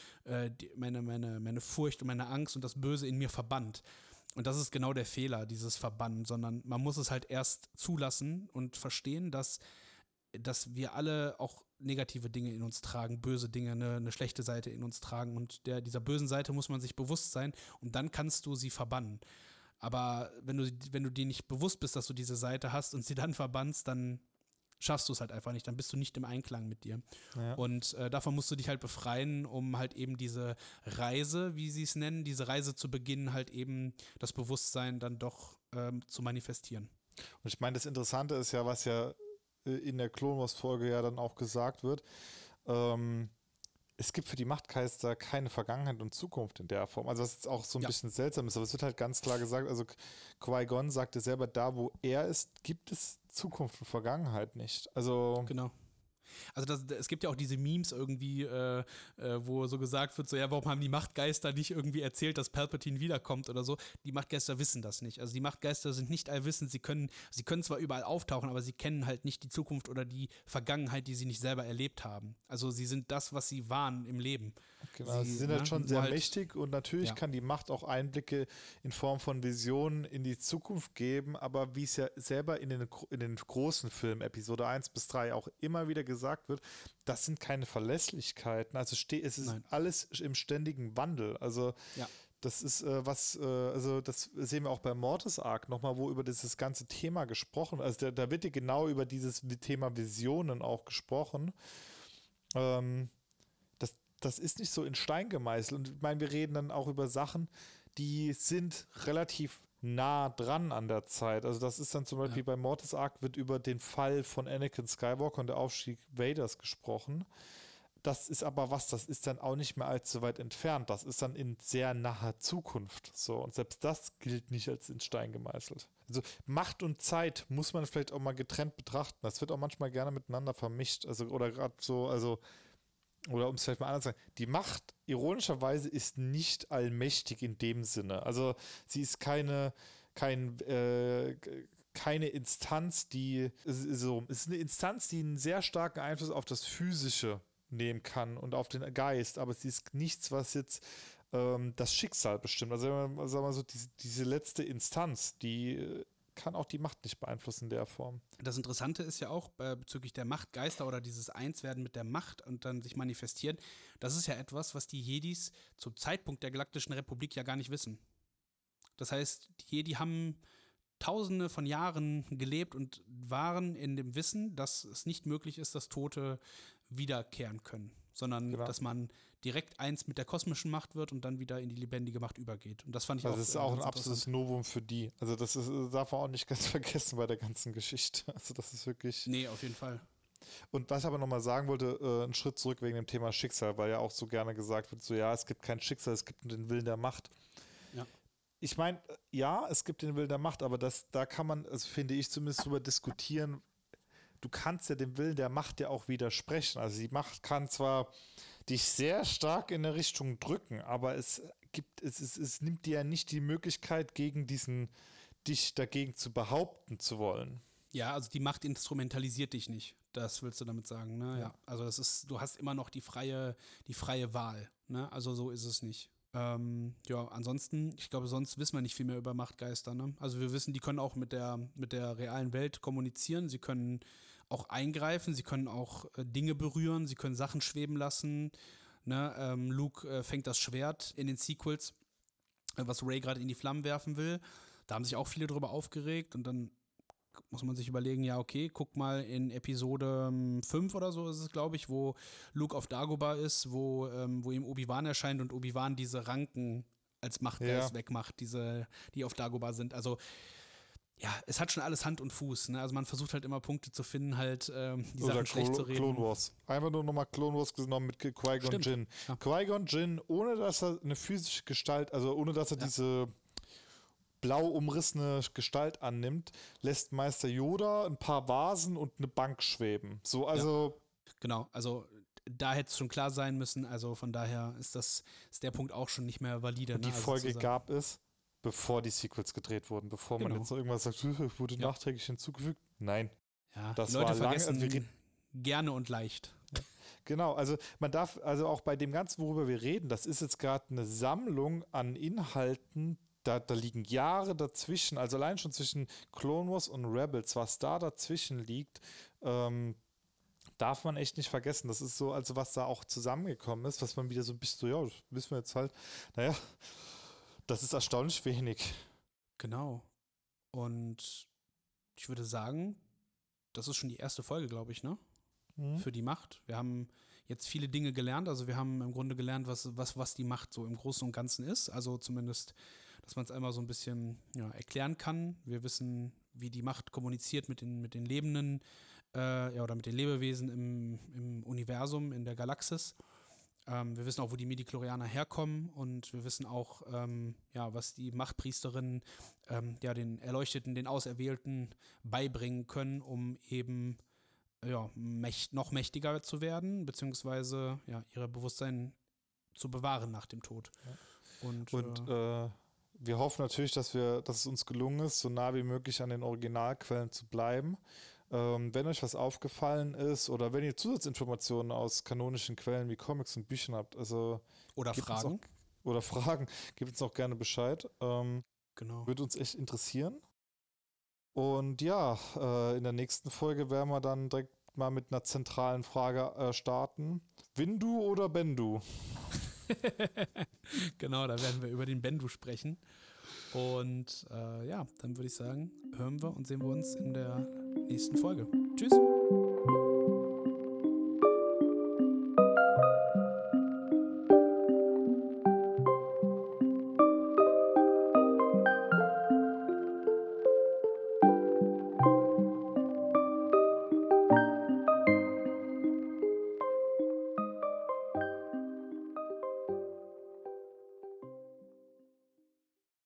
meine Furcht und meine Angst und das Böse in mir verbannt. Und das ist genau der Fehler, dieses Verbannen, sondern man muss es halt erst zulassen und verstehen, dass wir alle auch negative Dinge in uns tragen, böse Dinge, eine schlechte Seite in uns tragen. Und dieser bösen Seite muss man sich bewusst sein und dann kannst du sie verbannen. Aber wenn du dir nicht bewusst bist, dass du diese Seite hast und sie dann verbannst, dann schaffst du es halt einfach nicht, dann bist du nicht im Einklang mit dir. Ja. Und davon musst du dich halt befreien, um halt eben diese Reise, wie sie es nennen, diese Reise zu beginnen, halt eben das Bewusstsein dann doch zu manifestieren. Und ich meine, das Interessante ist ja, was ja in der Clone Wars Folge ja dann auch gesagt wird, es gibt für die Machtgeister keine Vergangenheit und Zukunft in der Form. Also was jetzt auch so ein bisschen seltsam ist, aber es wird halt ganz klar gesagt, also Qui-Gon sagte selber, da wo er ist, gibt es Zukunft und Vergangenheit nicht. Also genau. Also es gibt ja auch diese Memes irgendwie, wo so gesagt wird, so ja, warum haben die Machtgeister nicht irgendwie erzählt, dass Palpatine wiederkommt oder so. Die Machtgeister wissen das nicht. Also die Machtgeister sind nicht allwissend, sie können zwar überall auftauchen, aber sie kennen halt nicht die Zukunft oder die Vergangenheit, die sie nicht selber erlebt haben. Also sie sind das, was sie waren im Leben. Genau, sie sind halt schon sehr mächtig und natürlich kann die Macht auch Einblicke in Form von Visionen in die Zukunft geben, aber wie es ja selber in den großen Filmen, Episode 1 bis 3 auch immer wieder gesagt wird, das sind keine Verlässlichkeiten, also es ist alles im ständigen Wandel, also das ist also das sehen wir auch bei Mortis Arc nochmal, wo über dieses ganze Thema gesprochen, also da wird ja genau über dieses Thema Visionen auch gesprochen. Das ist nicht so in Stein gemeißelt. Und ich meine, wir reden dann auch über Sachen, die sind relativ nah dran an der Zeit. Also das ist dann zum Beispiel bei Mortis Arc wird über den Fall von Anakin Skywalker und der Aufstieg Vaders gesprochen. Das ist aber das ist dann auch nicht mehr allzu weit entfernt. Das ist dann in sehr naher Zukunft. So. Und selbst das gilt nicht als in Stein gemeißelt. Also Macht und Zeit muss man vielleicht auch mal getrennt betrachten. Das wird auch manchmal gerne miteinander vermischt. Also, oder gerade so, oder um es vielleicht mal anders zu sagen, die Macht, ironischerweise, ist nicht allmächtig in dem Sinne. Also sie ist keine Instanz, die es ist eine Instanz, die einen sehr starken Einfluss auf das Physische nehmen kann und auf den Geist, aber sie ist nichts, was jetzt das Schicksal bestimmt. Also sagen wir mal so, diese letzte Instanz, die kann auch die Macht nicht beeinflussen in der Form. Das Interessante ist ja auch bezüglich der Machtgeister oder dieses Einswerden mit der Macht und dann sich manifestieren, das ist ja etwas, was die Jedis zum Zeitpunkt der Galaktischen Republik ja gar nicht wissen. Das heißt, die Jedi haben Tausende von Jahren gelebt und waren in dem Wissen, dass es nicht möglich ist, dass Tote wiederkehren können. sondern Genau. dass man direkt eins mit der kosmischen Macht wird und dann wieder in die lebendige Macht übergeht. Und das fand ich auch Das ist auch ein ganz absolutes Novum für die. Also das darf man auch nicht ganz vergessen bei der ganzen Geschichte. Also das ist wirklich... Nee, auf jeden Fall. Und was ich aber nochmal sagen wollte, einen Schritt zurück wegen dem Thema Schicksal, weil ja auch so gerne gesagt wird, so ja, es gibt kein Schicksal, es gibt nur den Willen der Macht. Ja. Ich meine, ja, es gibt den Willen der Macht, aber da kann man, also finde ich zumindest drüber diskutieren, du kannst ja dem Willen der Macht ja auch widersprechen. Also die Macht kann zwar dich sehr stark in eine Richtung drücken, aber es nimmt dir ja nicht die Möglichkeit, dich dagegen zu behaupten zu wollen. Ja, also die Macht instrumentalisiert dich nicht. Das willst du damit sagen, ne? Ja. Also du hast immer noch die freie Wahl, ne? Also so ist es nicht. Ja, ansonsten, ich glaube, sonst wissen wir nicht viel mehr über Machtgeister, ne? Also wir wissen, die können auch mit der realen Welt kommunizieren, sie können auch eingreifen, sie können auch Dinge berühren, sie können Sachen schweben lassen, ne? Luke fängt das Schwert in den Sequels, was Rey gerade in die Flammen werfen will. Da haben sich auch viele drüber aufgeregt und dann muss man sich überlegen, ja, okay, guck mal in Episode 5 oder so ist es, glaube ich, wo Luke auf Dagobah ist, wo ihm Obi-Wan erscheint und Obi-Wan diese Ranken als Machtgeist wegmacht, die auf Dagobah sind. Also, ja, es hat schon alles Hand und Fuß, ne? Also man versucht halt immer Punkte zu finden, halt die Sachen schlecht zu reden. Clone Wars. Einfach nur nochmal Clone Wars genommen mit Qui-Gon Jinn. Ja. Qui-Gon Jinn, ohne dass er eine physische Gestalt, also ohne dass er diese blau umrissene Gestalt annimmt, lässt Meister Yoda ein paar Vasen und eine Bank schweben. So, also. Ja, genau, also da hätte es schon klar sein müssen, also von daher ist der Punkt auch schon nicht mehr valide. Und die Also Folge gab es, bevor die Sequels gedreht wurden, bevor man jetzt noch irgendwas sagt, wurde nachträglich hinzugefügt. Nein. Ja, das die Leute war vergessen lange. gerne und leicht. Ja. Genau, also man darf, also auch bei dem Ganzen, worüber wir reden, das ist jetzt gerade eine Sammlung an Inhalten, da liegen Jahre dazwischen, also allein schon zwischen Clone Wars und Rebels, was da dazwischen liegt, darf man echt nicht vergessen. Das ist so, also was da auch zusammengekommen ist, was man wieder so ein bisschen so, ja, das wissen wir jetzt halt, naja, das ist erstaunlich wenig. Genau. Und ich würde sagen, das ist schon die erste Folge, glaube ich, ne? Für die Macht. Wir haben jetzt viele Dinge gelernt, also wir haben im Grunde gelernt, was die Macht so im Großen und Ganzen ist, also zumindest, dass man es einmal so ein bisschen erklären kann. Wir wissen, wie die Macht kommuniziert mit den Lebenden oder mit den Lebewesen im Universum, in der Galaxis. Wir wissen auch, wo die Midichlorianer herkommen und wir wissen auch, was die Machtpriesterinnen den Erleuchteten, den Auserwählten beibringen können, um eben noch mächtiger zu werden, beziehungsweise ihre Bewusstsein zu bewahren nach dem Tod. Ja. Und wir hoffen natürlich, dass es uns gelungen ist, so nah wie möglich an den Originalquellen zu bleiben. Wenn euch was aufgefallen ist oder wenn ihr Zusatzinformationen aus kanonischen Quellen wie Comics und Büchern habt, also oder Fragen. Gebt uns auch gerne Bescheid. Genau. Würde uns echt interessieren. Und ja, in der nächsten Folge werden wir dann direkt mal mit einer zentralen Frage starten. Windu oder Bendu? Genau, da werden wir über den Bendu sprechen. Und dann würde ich sagen, hören wir und sehen wir uns in der nächsten Folge. Tschüss!